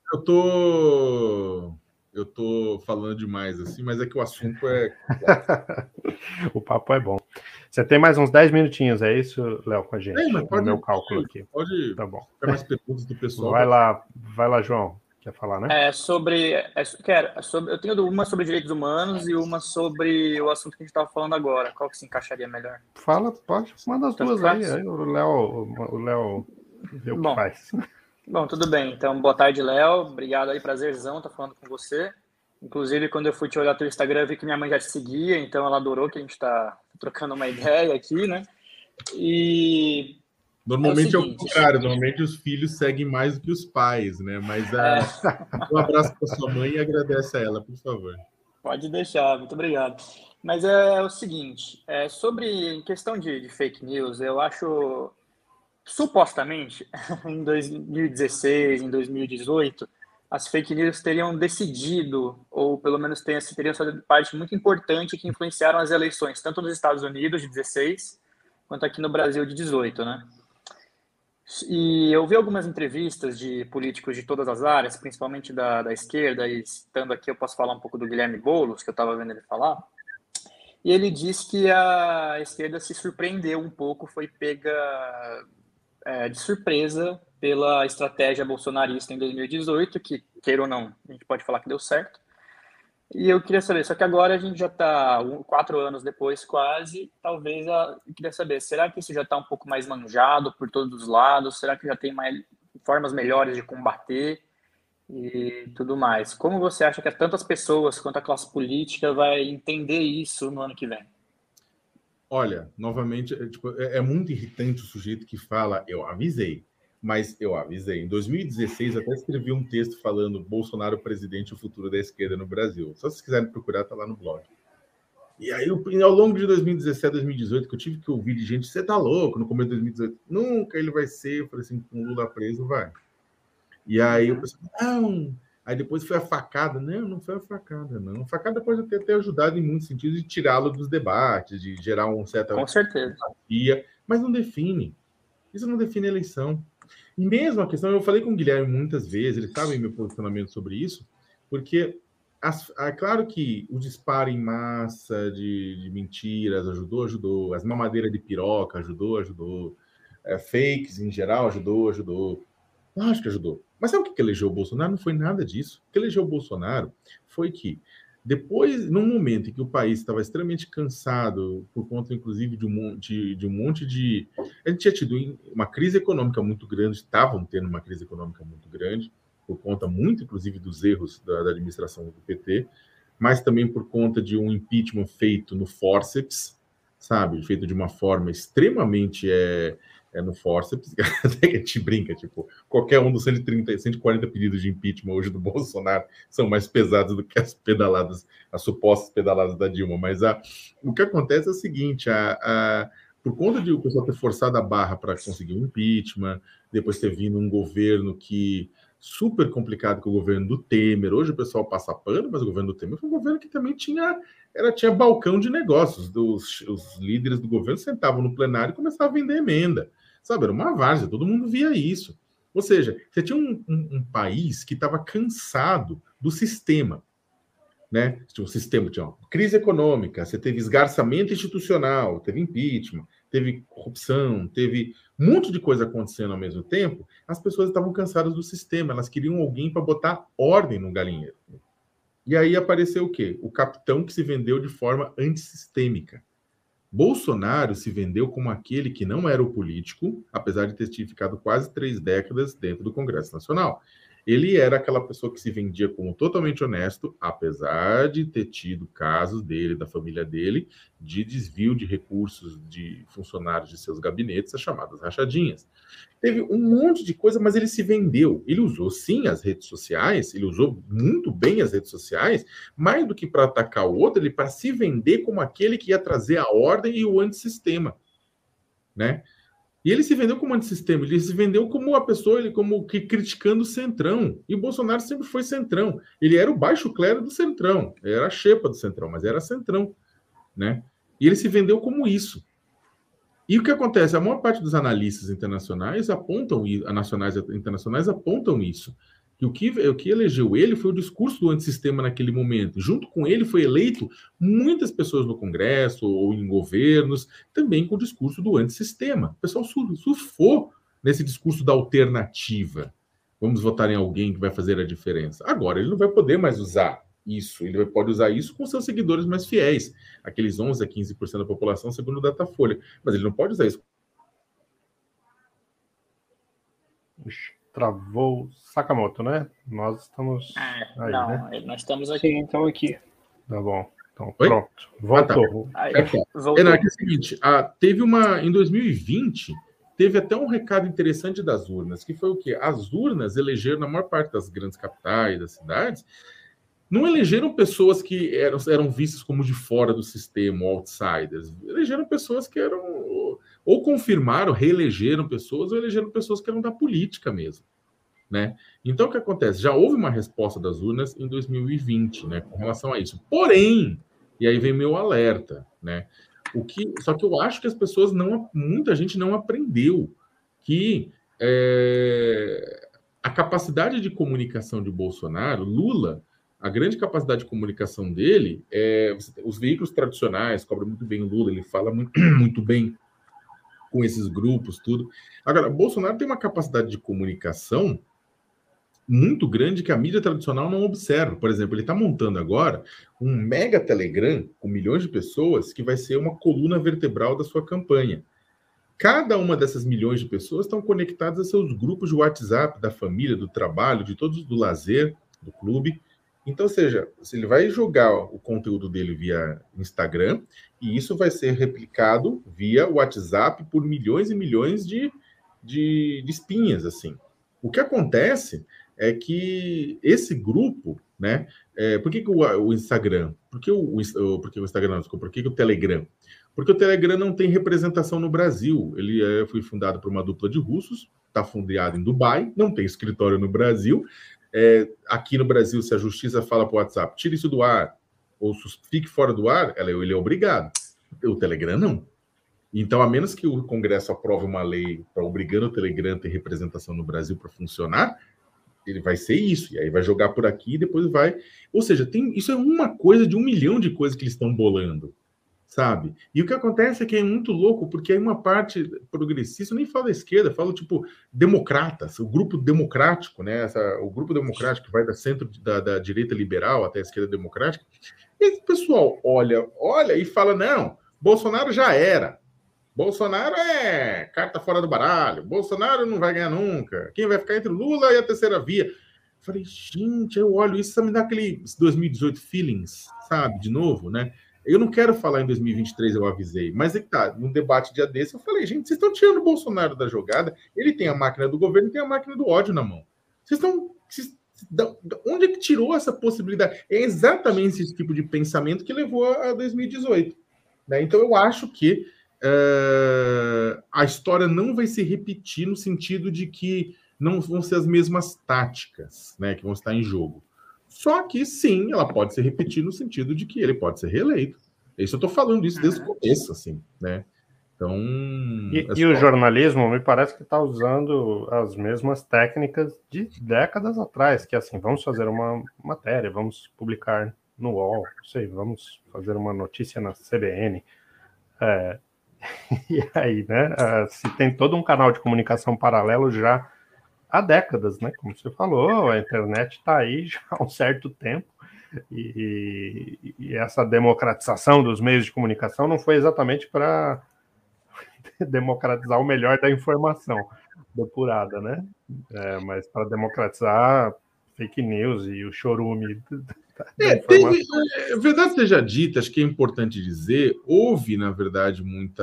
eu tô falando demais, assim, mas é que o assunto é... O papo é bom. Você tem mais uns 10 minutinhos, é isso, Léo, com a gente? Mas pode, no meu cálculo aqui. Pode tá bom. Ficar mais perguntas do pessoal. Vai lá, João. Quer falar, né? Eu tenho uma sobre direitos humanos e uma sobre o assunto que a gente estava falando agora. Qual que se encaixaria melhor? Fala, pode. Manda as duas aí. O Léo vê o que faz. Bom, tudo bem. Então, boa tarde, Léo. Obrigado aí, prazerzão estar falando com você. Inclusive, quando eu fui te olhar no Instagram, eu vi que minha mãe já te seguia, então ela adorou que a gente está trocando uma ideia aqui, né? E... Normalmente é o contrário, normalmente os filhos seguem mais do que os pais, né? Mas um abraço para sua mãe e agradece a ela, por favor. Pode deixar, muito obrigado. Mas é o seguinte, sobre em questão de fake news, eu acho, supostamente, em 2016, em 2018, as fake news teriam decidido, ou pelo menos teriam sido parte muito importante que influenciaram as eleições, tanto nos Estados Unidos, de 16, quanto aqui no Brasil, de 18, né? E eu vi algumas entrevistas de políticos de todas as áreas, principalmente da esquerda, e estando aqui eu posso falar um pouco do Guilherme Boulos, que eu estava vendo ele falar, e ele disse que a esquerda se surpreendeu um pouco, foi pega de surpresa pela estratégia bolsonarista em 2018, que, queira ou não, a gente pode falar que deu certo. E eu queria saber, só que agora a gente já está 4 anos depois quase, talvez eu queria saber, será que isso já está um pouco mais manjado por todos os lados? Será que já tem formas melhores de combater e tudo mais? Como você acha que tantas pessoas quanto a classe política vai entender isso no ano que vem? Olha, novamente, é muito irritante o sujeito que fala, eu avisei. Mas eu avisei. Em 2016, até escrevi um texto falando Bolsonaro presidente e o futuro da esquerda no Brasil. Só se vocês quiserem procurar, tá lá no blog. E aí, ao longo de 2017, 2018, que eu tive que ouvir de gente, você tá louco, no começo de 2018, nunca ele vai ser. Eu falei assim, com o Lula preso, vai. E aí eu pensei, não. Aí depois foi a facada. Não foi a facada, não. A facada pode ter ajudado em muitos sentidos de tirá-lo dos debates, de gerar um certo... Com certeza. Mas não define. Isso não define a eleição. E mesmo a questão, eu falei com o Guilherme muitas vezes, ele sabe o meu posicionamento sobre isso, porque é claro que o disparo em massa de mentiras ajudou, as mamadeiras de piroca ajudou, fakes em geral ajudou, lógico que ajudou. Mas sabe o que elegeu o Bolsonaro? Não foi nada disso. O que elegeu o Bolsonaro foi que depois, num momento em que o país estava extremamente cansado, por conta, inclusive, de um monte de... A gente tinha tido uma crise econômica muito grande, estavam tendo uma crise econômica muito grande, por conta muito, inclusive, dos erros da administração do PT, mas também por conta de um impeachment feito no forceps, sabe? Feito de uma forma extremamente... no forceps, até que a gente brinca, tipo, qualquer um dos 140 pedidos de impeachment hoje do Bolsonaro são mais pesados do que as supostas pedaladas da Dilma, mas o que acontece é o seguinte, por conta de o pessoal ter forçado a barra para conseguir um impeachment, depois ter vindo um governo que super complicado com o governo do Temer, hoje o pessoal passa pano, mas o governo do Temer foi um governo que também tinha balcão de negócios, os líderes do governo sentavam no plenário e começavam a vender emenda. Sabe, era uma várzea, todo mundo via isso. Ou seja, você tinha um país que estava cansado do sistema, né? Tinha um sistema, tinha uma crise econômica, você teve esgarçamento institucional, teve impeachment, teve corrupção, teve um monte de coisa acontecendo ao mesmo tempo. As pessoas estavam cansadas do sistema, elas queriam alguém para botar ordem no galinheiro. E aí apareceu o quê? O capitão que se vendeu de forma antissistêmica. Bolsonaro se vendeu como aquele que não era o político, apesar de ter ficado quase 3 décadas dentro do Congresso Nacional. Ele era aquela pessoa que se vendia como totalmente honesto, apesar de ter tido casos dele, da família dele, de desvio de recursos de funcionários de seus gabinetes, as chamadas rachadinhas. Teve um monte de coisa, mas ele se vendeu. Ele usou, sim, as redes sociais, ele usou muito bem as redes sociais, mais do que para atacar o outro, ele para se vender como aquele que ia trazer a ordem e o antissistema, né? E ele se vendeu como antissistema, ele se vendeu como uma pessoa, ele como que criticando o Centrão. E o Bolsonaro sempre foi Centrão. Ele era o baixo clero do Centrão, era a xepa do Centrão, mas era Centrão, né? E ele se vendeu como isso. E o que acontece? A maior parte dos analistas internacionais apontam, nacionais e internacionais apontam isso. Que o que elegeu ele foi o discurso do antissistema naquele momento. Junto com ele foi eleito muitas pessoas no Congresso ou em governos, também com o discurso do antissistema. O pessoal surfou nesse discurso da alternativa. Vamos votar em alguém que vai fazer a diferença. Agora, ele não vai poder mais usar isso. Ele pode usar isso com seus seguidores mais fiéis, aqueles 11 a 15% da população, segundo o Datafolha. Mas ele não pode usar isso. Travou Sakamoto, né? Nós estamos aí, não, né? Nós estamos aqui. Sim, estamos aqui. Tá bom. Então, Oi? pronto. Voltou. Voltou. É o seguinte, teve em 2020, teve até um recado interessante das urnas, que foi o quê? As urnas elegeram, na maior parte das grandes capitais, das cidades, não elegeram pessoas que eram vistas como de fora do sistema, outsiders. Elegeram pessoas que eram... Ou confirmaram, reelegeram pessoas, ou elegeram pessoas que eram da política mesmo, né? Então, o que acontece? Já houve uma resposta das urnas em 2020, né, com relação a isso. Porém, e aí vem meu alerta, né? Só que eu acho que as pessoas muita gente não aprendeu que a capacidade de comunicação de Bolsonaro, Lula, a grande capacidade de comunicação dele os veículos tradicionais cobram muito bem o Lula, ele fala muito, muito bem com esses grupos, tudo. Agora, Bolsonaro tem uma capacidade de comunicação muito grande que a mídia tradicional não observa. Por exemplo, ele está montando agora um mega Telegram com milhões de pessoas que vai ser uma coluna vertebral da sua campanha. Cada uma dessas milhões de pessoas estão conectadas a seus grupos de WhatsApp, da família, do trabalho, de todos, do lazer, do clube. Então, ou seja, ele vai jogar o conteúdo dele via Instagram e isso vai ser replicado via WhatsApp por milhões e milhões de espinhas, assim. O que acontece é que esse grupo, né? Por que o Instagram? Por que o Instagram não, desculpa, por que o Telegram? Porque o Telegram não tem representação no Brasil. Ele foi fundado por uma dupla de russos, está fundeado em Dubai, não tem escritório no Brasil. Aqui no Brasil, se a justiça fala para o WhatsApp, tire isso do ar, ou fique fora do ar, ele é obrigado. O Telegram não. Então, a menos que o Congresso aprove uma lei para obrigando o Telegram a ter representação no Brasil para funcionar, ele vai ser isso. E aí vai jogar por aqui e depois vai... Ou seja, isso é uma coisa de 1 milhão de coisas que eles estão bolando, sabe? E o que acontece é que é muito louco, porque aí uma parte progressista, eu nem falo da esquerda, falo tipo democratas, o grupo democrático, né? O grupo democrático que vai da centro da direita liberal até a esquerda democrática. E esse pessoal olha e fala: não, Bolsonaro já era. Bolsonaro é carta fora do baralho. Bolsonaro não vai ganhar nunca. Quem vai ficar entre o Lula e a terceira via? Eu falei, gente, eu olho isso, só me dá aquele 2018 feelings, sabe? De novo, né? Eu não quero falar em 2023, eu avisei, mas é que tá, num debate dia desse, eu falei, gente, vocês estão tirando o Bolsonaro da jogada, ele tem a máquina do governo e tem a máquina do ódio na mão. Onde é que tirou essa possibilidade? É exatamente esse tipo de pensamento que levou a 2018. Né? Então, eu acho que a história não vai se repetir no sentido de que não vão ser as mesmas táticas, né, que vão estar em jogo. Só que, sim, ela pode se repetir no sentido de que ele pode ser reeleito. Isso eu estou falando isso desde o começo, assim, né? Então... E o jornalismo me parece que está usando as mesmas técnicas de décadas atrás, que assim, vamos fazer uma matéria, vamos publicar no UOL, não sei, vamos fazer uma notícia na CBN. E aí, né? Se tem todo um canal de comunicação paralelo já há décadas, né? Como você falou, a internet está aí já há um certo tempo. E essa democratização dos meios de comunicação não foi exatamente para democratizar o melhor da informação depurada, né? Mas para democratizar fake news e o chorume da informação. Verdade seja dita, acho que é importante dizer, houve, na verdade,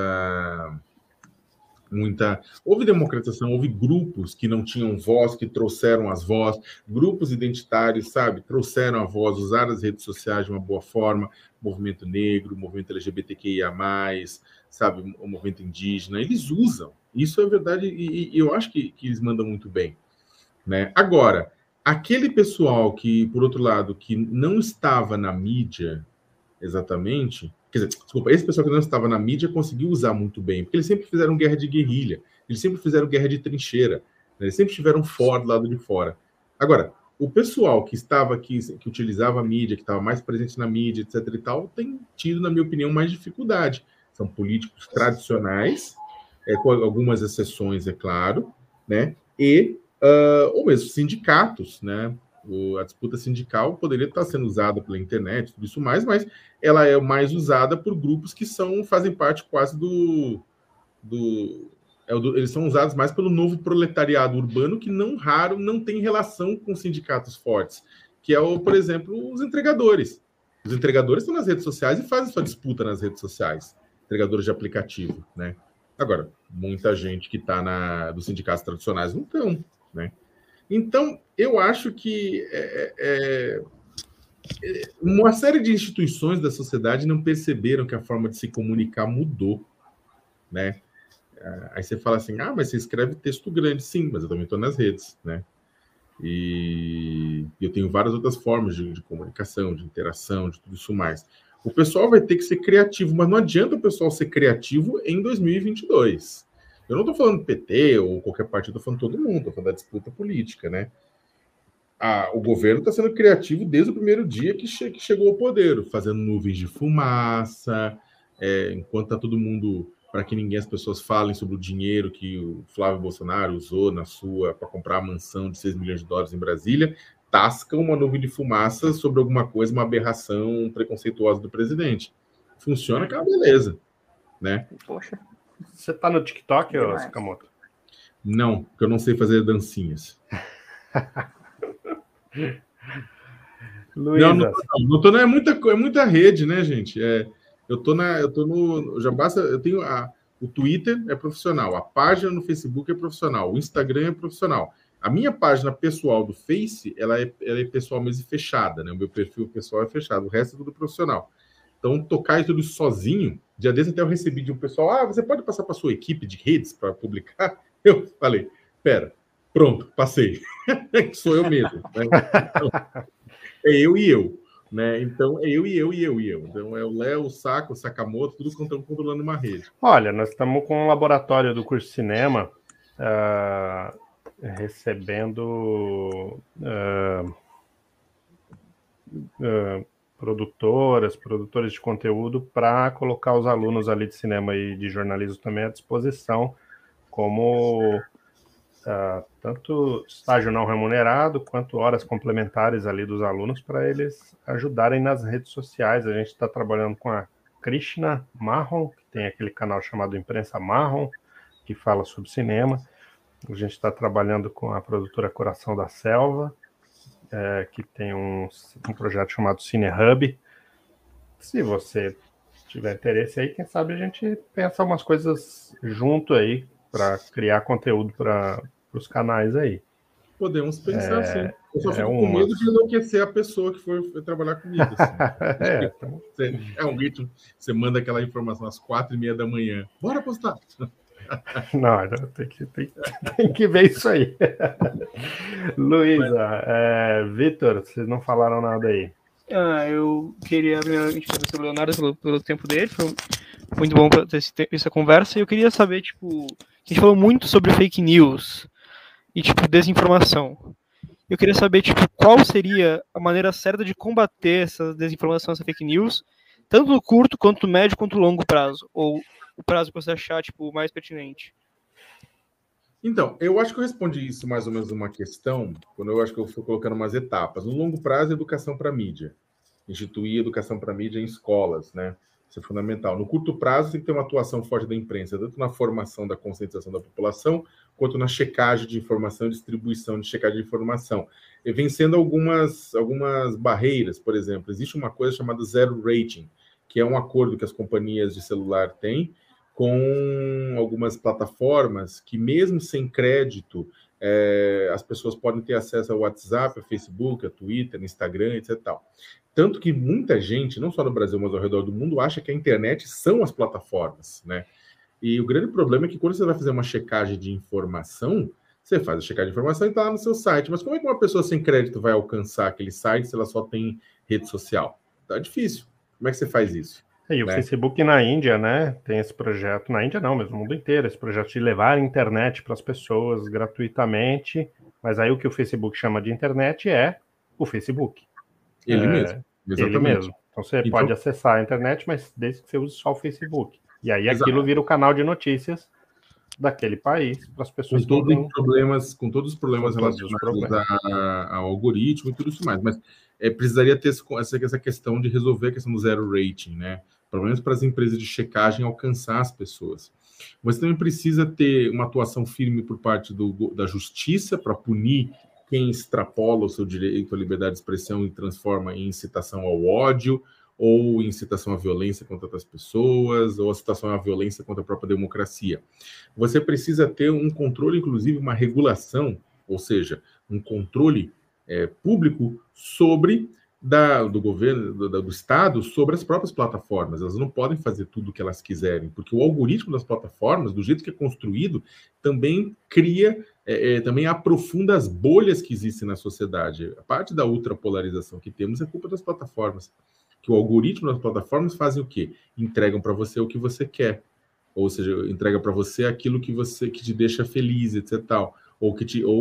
houve democratização, houve grupos que não tinham voz, que trouxeram as vozes, grupos identitários, sabe, trouxeram a voz, usaram as redes sociais de uma boa forma, movimento negro, movimento LGBTQIA+, sabe, o movimento indígena, eles usam, isso é verdade, e eu acho que eles mandam muito bem, né? Agora, aquele pessoal que, por outro lado, que não estava na mídia, exatamente, quer dizer, desculpa, esse pessoal que não estava na mídia conseguiu usar muito bem, porque eles sempre fizeram guerra de guerrilha, eles sempre fizeram guerra de trincheira, né? Eles sempre estiveram fora, do lado de fora. Agora, o pessoal que estava aqui, que utilizava a mídia, que estava mais presente na mídia, etc e tal, tem tido, na minha opinião, mais dificuldade. São políticos tradicionais, com algumas exceções, é claro, né? Ou mesmo sindicatos, né? A disputa sindical poderia estar sendo usada pela internet, tudo isso mais, mas ela é mais usada por grupos que fazem parte quase eles são usados mais pelo novo proletariado urbano, que não raro não tem relação com sindicatos fortes, que é, por exemplo, os entregadores. Os entregadores estão nas redes sociais e fazem sua disputa nas redes sociais, entregadores de aplicativo, né? Agora, muita gente que está dos sindicatos tradicionais não estão, né? Então, eu acho que uma série de instituições da sociedade não perceberam que a forma de se comunicar mudou, né? Aí você fala assim, mas você escreve texto grande. Sim, mas eu também estou nas redes, né? E eu tenho várias outras formas de comunicação, de interação, de tudo isso mais. O pessoal vai ter que ser criativo, mas não adianta o pessoal ser criativo em 2022. Eu não estou falando PT ou qualquer partido, estou falando todo mundo, estou falando da disputa política, né? O governo está sendo criativo desde o primeiro dia que chegou ao poder, fazendo nuvens de fumaça, enquanto está todo mundo, para que as pessoas falem sobre o dinheiro que o Flávio Bolsonaro usou para comprar a mansão de 6 milhões de dólares em Brasília, tasca uma nuvem de fumaça sobre alguma coisa, uma aberração preconceituosa do presidente. Funciona aquela beleza, né? Poxa. Você tá no TikTok, Sakamoto? Não, porque eu não sei fazer dancinhas. Luísa. Não tô, é muita rede, né, gente? Eu tô no. Já basta. Eu tenho o Twitter é profissional, a página no Facebook é profissional, o Instagram é profissional. A minha página pessoal do Face, ela é pessoal mesmo fechada, né? O meu perfil pessoal é fechado, o resto é tudo profissional. Então, tocar tudo isso sozinho, dia desse até eu recebi de um pessoal, você pode passar para sua equipe de redes para publicar? Eu falei, pronto, passei. Sou eu mesmo. Né? Então, é eu e eu. Né? Então, é eu e eu e eu e eu. Então, é o Léo, o Saco, o Sakamoto, tudo controlando uma rede. Olha, nós estamos com um laboratório do curso de cinema recebendo produtores de conteúdo para colocar os alunos ali de cinema e de jornalismo também à disposição, como tanto estágio não remunerado, quanto horas complementares ali dos alunos para eles ajudarem nas redes sociais. A gente está trabalhando com a Krishna Marron, que tem aquele canal chamado Imprensa Marron, que fala sobre cinema. A gente está trabalhando com a produtora Coração da Selva, que tem um projeto chamado Cine Hub. Se você tiver interesse aí, quem sabe a gente pensa umas coisas junto aí para criar conteúdo para os canais aí. Podemos pensar, sim. Eu só fico com medo de enlouquecer a pessoa que for trabalhar comigo. Assim. É um ritmo. Você manda aquela informação às 4h30 da manhã. Bora postar! Não, tem que ver isso aí. Luísa, Vitor, vocês não falaram nada aí. Eu queria agradecer ao Leonardo pelo tempo dele, foi muito bom ter essa conversa, e eu queria saber, a gente falou muito sobre fake news e, desinformação. Eu queria saber, qual seria a maneira certa de combater essa desinformação, essa fake news, tanto no curto, quanto no médio, quanto no longo prazo, ou o prazo que você achar, mais pertinente. Então, eu acho que eu respondi isso mais ou menos uma questão, quando eu acho que eu fui colocando umas etapas. No longo prazo, educação para a mídia, instituir educação para mídia em escolas, né? Isso é fundamental. No curto prazo, tem que ter uma atuação forte da imprensa, tanto na formação da conscientização da população, quanto na checagem de informação, distribuição de checagem de informação. E vencendo algumas barreiras, por exemplo, existe uma coisa chamada zero rating, que é um acordo que as companhias de celular têm com algumas plataformas que, mesmo sem crédito, as pessoas podem ter acesso ao WhatsApp, ao Facebook, ao Twitter, ao Instagram, etc. Tanto que muita gente, não só no Brasil, mas ao redor do mundo, acha que a internet são as plataformas, né? E o grande problema é que quando você vai fazer uma checagem de informação, você faz a checagem de informação e está lá no seu site. Mas como é que uma pessoa sem crédito vai alcançar aquele site se ela só tem rede social? Tá difícil. Como é que você faz isso? E o Facebook na Índia, né, tem esse projeto, na Índia não, mas no mundo inteiro, esse projeto de levar a internet para as pessoas gratuitamente, mas aí o que o Facebook chama de internet é o Facebook. Ele mesmo, exatamente. Ele mesmo. Então você pode acessar a internet, mas desde que você use só o Facebook. E aí aquilo vira o canal de notícias daquele país para as pessoas com todos os problemas relacionados ao algoritmo e tudo isso mais. Mas precisaria ter essa questão de resolver a questão do zero rating, né? Pelo menos para as empresas de checagem alcançar as pessoas. Mas também precisa ter uma atuação firme por parte da justiça para punir quem extrapola o seu direito à liberdade de expressão e transforma em incitação ao ódio, ou incitação à violência contra outras pessoas, ou incitação à violência contra a própria democracia. Você precisa ter um controle, inclusive uma regulação, ou seja, um controle público sobre do governo, do Estado, sobre as próprias plataformas. Elas não podem fazer tudo o que elas quiserem, porque o algoritmo das plataformas, do jeito que é construído, também cria, também aprofunda as bolhas que existem na sociedade. A parte da ultrapolarização que temos é culpa das plataformas. Que o algoritmo das plataformas fazem o quê? Entregam para você o que você quer. Ou seja, entrega para você aquilo que te deixa feliz, etc. Ou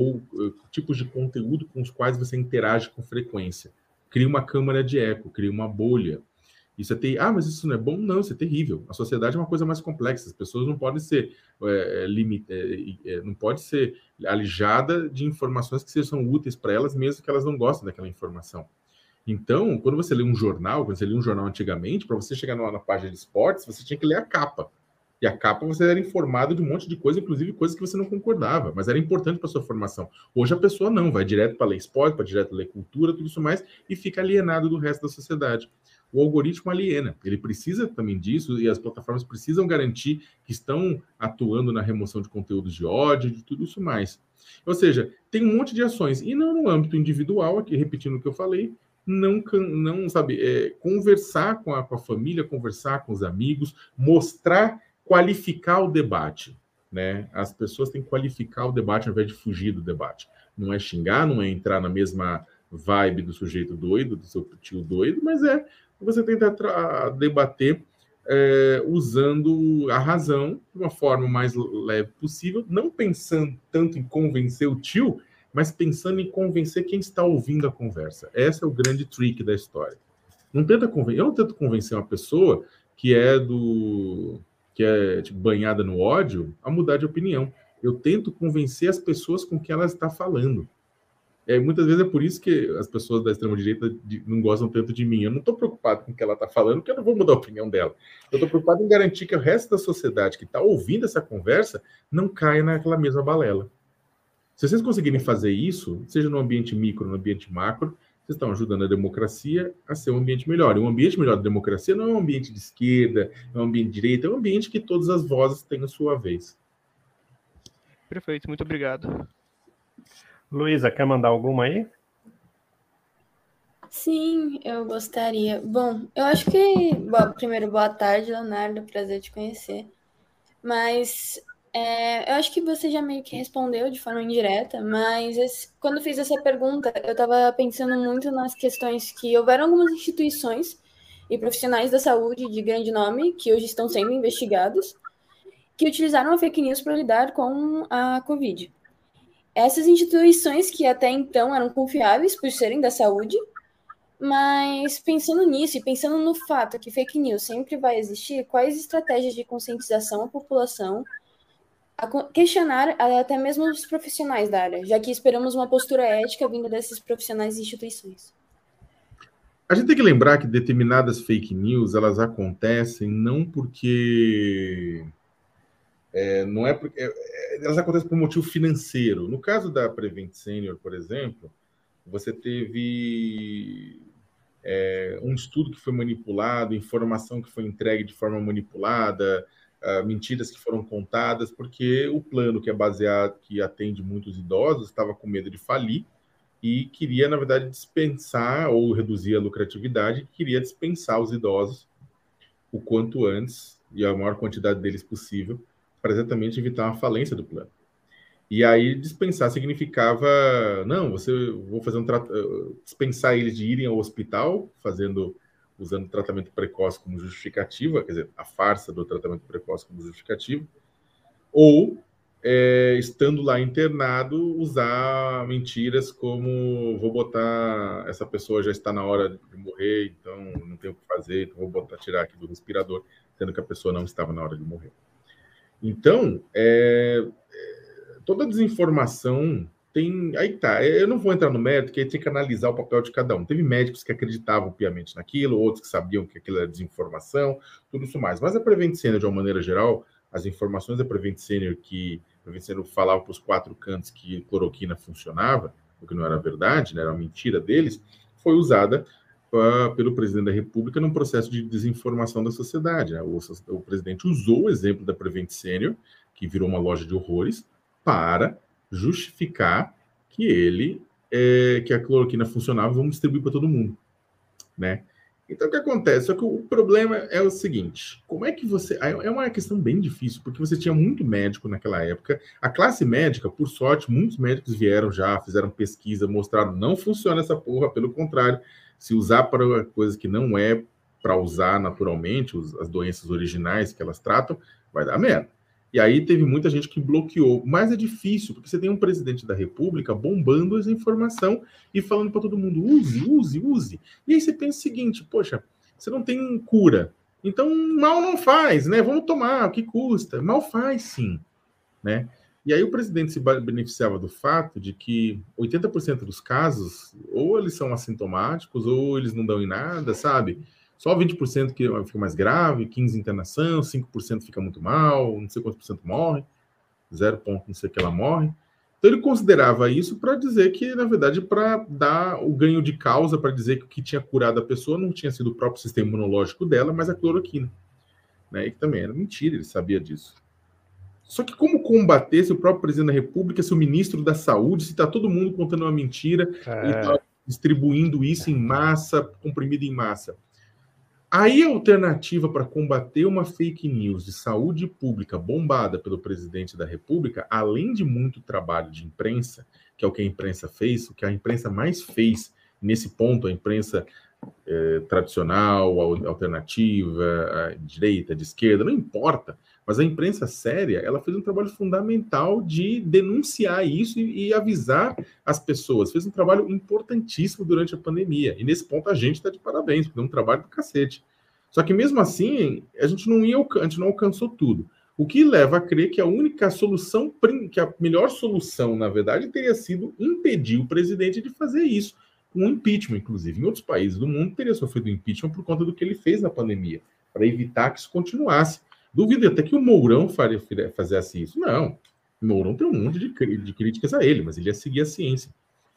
tipos de conteúdo com os quais você interage com frequência. Cria uma câmara de eco, cria uma bolha. Isso mas isso não é bom? Não, isso é terrível. A sociedade é uma coisa mais complexa. As pessoas não podem ser não pode ser alijada de informações que sejam úteis para elas, mesmo que elas não gostem daquela informação. Então, quando você lê um jornal, antigamente, para você chegar na página de esportes, você tinha que ler a capa. E a capa você era informado de um monte de coisa, inclusive coisas que você não concordava, mas era importante para sua formação. Hoje a pessoa não, vai direto para ler esporte, para direto ler cultura, tudo isso mais, e fica alienado do resto da sociedade. O algoritmo aliena, ele precisa também disso, e as plataformas precisam garantir que estão atuando na remoção de conteúdos de ódio, de tudo isso mais. Ou seja, tem um monte de ações, e não no âmbito individual, aqui repetindo o que eu falei, conversar com a família, conversar com os amigos, qualificar o debate, né? As pessoas têm que qualificar o debate ao invés de fugir do debate. Não é xingar, não é entrar na mesma vibe do sujeito doido, do seu tio doido, mas você tentar debater usando a razão de uma forma mais leve possível, não pensando tanto em convencer o tio, mas pensando em convencer quem está ouvindo a conversa. Esse é o grande trick da história. Eu não tento convencer uma pessoa que é tipo, banhada no ódio a mudar de opinião. Eu tento convencer as pessoas com que ela está falando. Muitas vezes é por isso que as pessoas da extrema-direita não gostam tanto de mim. Eu não estou preocupado com o que ela está falando, porque eu não vou mudar a opinião dela. Eu estou preocupado em garantir que o resto da sociedade que está ouvindo essa conversa não caia naquela mesma balela. Se vocês conseguirem fazer isso, seja no ambiente micro, no ambiente macro, vocês estão ajudando a democracia a ser um ambiente melhor. E um ambiente melhor da democracia não é um ambiente de esquerda, é um ambiente de direita, é um ambiente que todas as vozes têm a sua vez. Perfeito, muito obrigado. Luísa, quer mandar alguma aí? Sim, eu gostaria. Bom, eu acho que... primeiro, boa tarde, Leonardo, prazer te conhecer. Mas... eu acho que você já meio que respondeu de forma indireta, mas quando fiz essa pergunta, eu estava pensando muito nas questões que houveram algumas instituições e profissionais da saúde de grande nome, que hoje estão sendo investigados, que utilizaram a fake news para lidar com a Covid. Essas instituições que até então eram confiáveis por serem da saúde, mas pensando nisso e pensando no fato que fake news sempre vai existir, quais estratégias de conscientização à população a questionar até mesmo os profissionais da área, já que esperamos uma postura ética vinda desses profissionais e instituições? A gente tem que lembrar que determinadas fake news, elas acontecem não porque... não é porque... elas acontecem por motivo financeiro. No caso da Prevent Senior, por exemplo, você teve um estudo que foi manipulado, informação que foi entregue de forma manipulada, mentiras que foram contadas, porque o plano que é baseado, que atende muitos idosos, estava com medo de falir e queria, na verdade, dispensar ou reduzir a lucratividade, queria dispensar os idosos o quanto antes e a maior quantidade deles possível, para exatamente evitar uma falência do plano. E aí dispensar significava, não, vou fazer dispensar eles de irem ao hospital, usando tratamento precoce como justificativa, quer dizer, a farsa do tratamento precoce como justificativa, ou estando lá internado, usar mentiras como vou botar, essa pessoa já está na hora de morrer, então não tem o que fazer, então vou tirar aqui do respirador, sendo que a pessoa não estava na hora de morrer. Então, toda desinformação tem... Aí tá, eu não vou entrar no mérito, que aí tem que analisar o papel de cada um. Teve médicos que acreditavam piamente naquilo, outros que sabiam que aquilo era desinformação, tudo isso mais. Mas a Prevent Senior, de uma maneira geral, as informações da Prevent Senior que a Prevent Senior falava para os 4 cantos que cloroquina funcionava, o que não era verdade, né, era uma mentira deles, foi usada pelo presidente da República num processo de desinformação da sociedade. Né? O presidente usou o exemplo da Prevent Senior, que virou uma loja de horrores, para justificar que que a cloroquina funcionava e vamos distribuir para todo mundo, né? Então, o que acontece? Só que o problema é o seguinte, como é que você... É uma questão bem difícil, porque você tinha muito médico naquela época, a classe médica, por sorte, muitos médicos vieram já, fizeram pesquisa, mostraram, não funciona essa porra, pelo contrário, se usar para coisa que não é para usar naturalmente, as doenças originais que elas tratam, vai dar merda. E aí teve muita gente que bloqueou. Mas é difícil, porque você tem um presidente da República bombando essa informação e falando para todo mundo, use. E aí você pensa o seguinte, poxa, você não tem cura. Então, mal não faz, né? Vamos tomar, o que custa? Mal faz, sim, né? E aí o presidente se beneficiava do fato de que 80% dos casos, ou eles são assintomáticos, ou eles não dão em nada, sabe? Só 20% que fica mais grave, 15% internação, 5% fica muito mal, não sei quantos por cento morre, 0 ponto não sei o que ela morre. Então ele considerava isso para dizer que, na verdade, para dar o ganho de causa, para dizer que o que tinha curado a pessoa não tinha sido o próprio sistema imunológico dela, mas a cloroquina. Né? E que também era mentira, ele sabia disso. Só que como combater se o próprio presidente da República, se o ministro da Saúde, se está todo mundo contando uma mentira, ele está distribuindo isso em massa, comprimido em massa. Aí a alternativa para combater uma fake news de saúde pública bombada pelo presidente da República, além de muito trabalho de imprensa, que é o que a imprensa fez, o que a imprensa mais fez nesse ponto, a imprensa tradicional, alternativa, direita, de esquerda, não importa, mas a imprensa séria, ela fez um trabalho fundamental de denunciar isso e avisar as pessoas, fez um trabalho importantíssimo durante a pandemia, e nesse ponto a gente está de parabéns, porque é um trabalho do cacete. Só que mesmo assim, a gente não alcançou tudo. O que leva a crer que a única solução, que a melhor solução, na verdade, teria sido impedir o presidente de fazer isso. Um impeachment, inclusive. Em outros países do mundo teria sofrido impeachment por conta do que ele fez na pandemia, para evitar que isso continuasse. Duvido até que o Mourão fizesse isso. Não. O Mourão tem um monte de críticas a ele, mas ele ia seguir a ciência.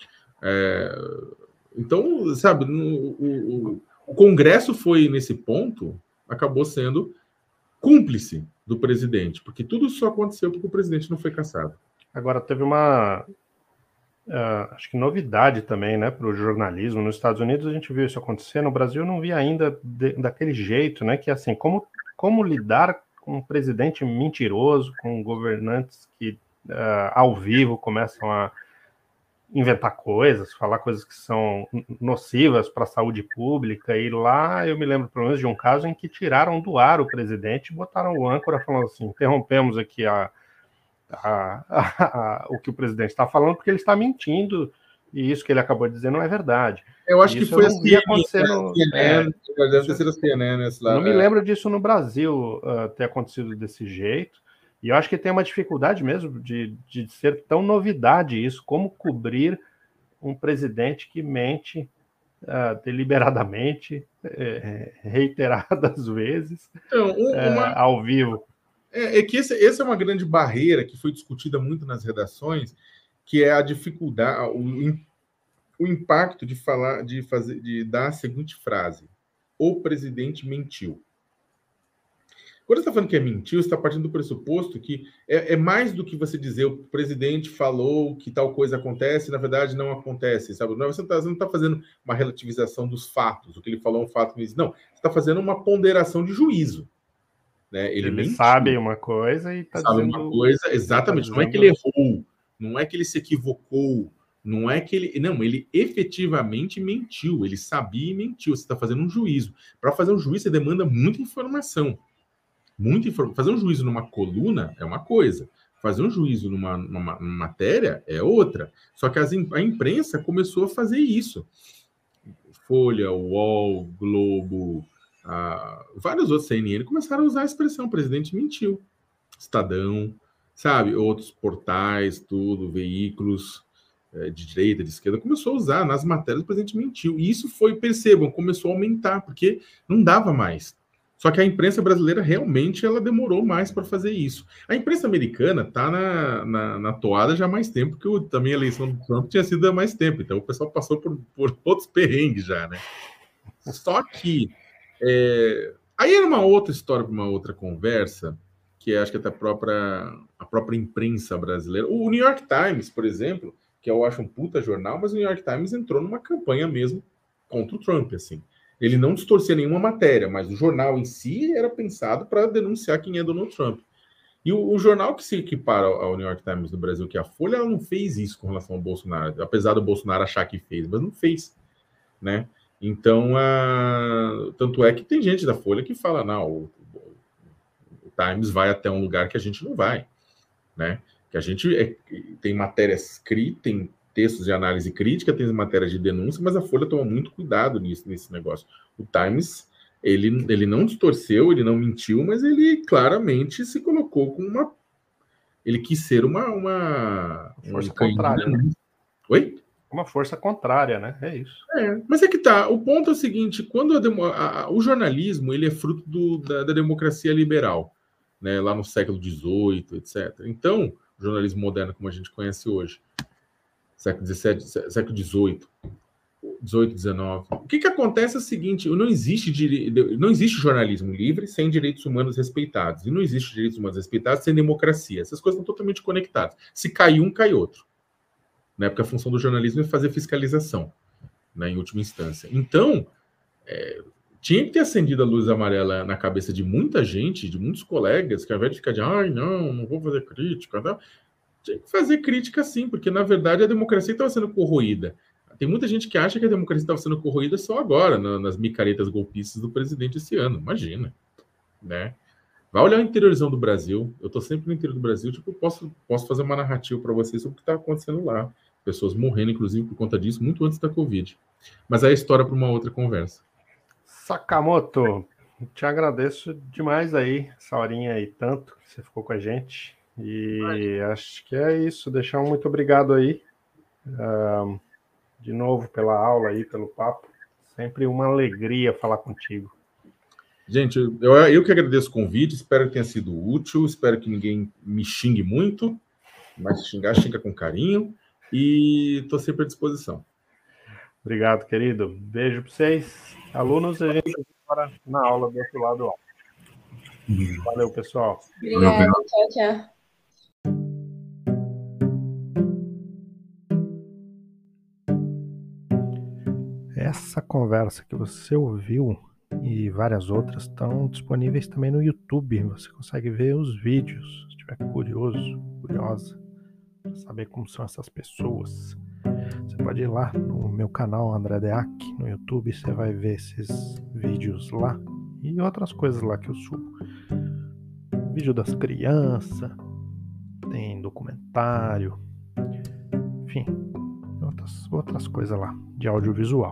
Então, sabe, o Congresso foi, nesse ponto, acabou sendo cúmplice do presidente, porque tudo só aconteceu porque o presidente não foi cassado. Agora, teve uma... acho que novidade também, né, para o jornalismo. Nos Estados Unidos a gente viu isso acontecer, no Brasil eu não vi ainda daquele jeito, né, que assim, como lidar com um presidente mentiroso, com governantes que ao vivo começam a inventar coisas, falar coisas que são nocivas para a saúde pública, e lá eu me lembro pelo menos de um caso em que tiraram do ar o presidente e botaram o âncora falando assim, interrompemos aqui o que o presidente está falando, porque ele está mentindo, e isso que ele acabou de dizer não é verdade. Eu acho que foi assim. Não me lembro disso no Brasil ter acontecido desse jeito, e eu acho que tem uma dificuldade mesmo de ser tão novidade isso, como cobrir um presidente que mente deliberadamente, reiteradas vezes, Então, ao vivo. É que essa é uma grande barreira que foi discutida muito nas redações, que é a dificuldade, o impacto de dar a seguinte frase: o presidente mentiu. Quando você está falando que é mentiu, você está partindo do pressuposto que é mais do que você dizer o presidente falou que tal coisa acontece, na verdade não acontece, sabe? Você não está fazendo uma relativização dos fatos, o que ele falou é um fato, não, você está fazendo uma ponderação de juízo. Né? Ele sabe uma coisa e está dizendo... uma coisa, exatamente, não é que ele errou, não é que ele se equivocou, não é que ele... Não, ele efetivamente mentiu, ele sabia e mentiu, você está fazendo um juízo. Para fazer um juízo, você demanda muita informação. Fazer um juízo numa coluna é uma coisa, fazer um juízo numa matéria é outra. Só que a imprensa começou a fazer isso. Folha, UOL, Globo, vários outros, CNN, começaram a usar a expressão presidente mentiu. Estadão, sabe? Outros portais, tudo, veículos de direita, de esquerda, começou a usar nas matérias o presidente mentiu. E isso percebam, começou a aumentar, porque não dava mais. Só que a imprensa brasileira realmente ela demorou mais para fazer isso. A imprensa americana está na toada já há mais tempo, porque também a eleição do Trump tinha sido há mais tempo. Então o pessoal passou por outros perrengues já, né? Só que aí era uma outra história, uma outra conversa, que acho que até a própria imprensa brasileira. O New York Times, por exemplo, que eu acho um puta jornal, mas o New York Times entrou numa campanha mesmo contra o Trump, assim. Ele não distorcia nenhuma matéria, mas o jornal em si era pensado para denunciar quem é Donald Trump. E o jornal que se equipara ao New York Times do Brasil, que é a Folha, ela não fez isso com relação ao Bolsonaro, apesar do Bolsonaro achar que fez, mas não fez, né? Então, tanto é que tem gente da Folha que fala, não, o Times vai até um lugar que a gente não vai, né? Que a gente tem matérias escritas, tem textos de análise crítica, tem matérias de denúncia, mas a Folha toma muito cuidado nesse negócio. O Times, ele não distorceu, ele não mentiu, mas ele claramente se colocou com uma... Ele quis ser uma força contrária, né? Oi? Uma força contrária, né? É isso. Mas é que tá. O ponto é o seguinte: quando o jornalismo ele é fruto da democracia liberal, né? Lá no século XVIII, etc. Então, o jornalismo moderno, como a gente conhece hoje, século XVII, século XVIII, XIX. O que acontece é o seguinte: não existe jornalismo livre sem direitos humanos respeitados. E não existe direitos humanos respeitados sem democracia. Essas coisas estão totalmente conectadas. Se cai um, cai outro. Né? Porque a função do jornalismo é fazer fiscalização, né, em última instância. Então, tinha que ter acendido a luz amarela na cabeça de muita gente, de muitos colegas, que ao invés de ficar não vou fazer crítica, não. Tinha que fazer crítica sim, porque na verdade a democracia estava sendo corroída. Tem muita gente que acha que a democracia estava sendo corroída só agora, nas micaretas golpistas do presidente esse ano. Imagina, né? Vai olhar o interiorzão do Brasil. Eu estou sempre no interior do Brasil, tipo, eu posso fazer uma narrativa para vocês sobre o que está acontecendo lá. Pessoas morrendo, inclusive, por conta disso, muito antes da Covid. Mas é a história para uma outra conversa. Sakamoto, te agradeço demais aí, essa horinha aí, tanto que você ficou com a gente. E acho que é isso. Deixar um muito obrigado aí. De novo, pela aula aí, pelo papo. Sempre uma alegria falar contigo. Gente, eu que agradeço o convite. Espero que tenha sido útil. Espero que ninguém me xingue muito. Mas xinga com carinho. E estou sempre à disposição. Obrigado, querido. Beijo para vocês. Alunos, a gente agora na aula do outro lado. Valeu, pessoal. Obrigada. Tchau, tchau. Essa conversa que você ouviu e várias outras estão disponíveis também no YouTube. Você consegue ver os vídeos, se estiver curiosa, para saber como são essas pessoas. Você pode ir lá no meu canal André Deac, no YouTube, você vai ver esses vídeos lá e outras coisas lá que eu subo. Vídeo das crianças, tem documentário, enfim, outras coisas lá de audiovisual.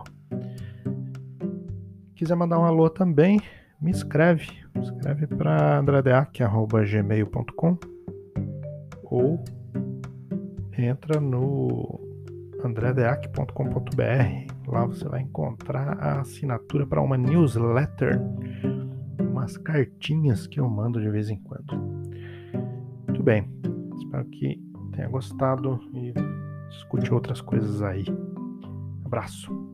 Quiser mandar um alô também, me escreve para andredeac@gmail.com ou entra no andredeac.com.br. Lá você vai encontrar a assinatura para uma newsletter, umas cartinhas que eu mando de vez em quando. Muito bem, espero que tenha gostado e escute outras coisas aí. Abraço.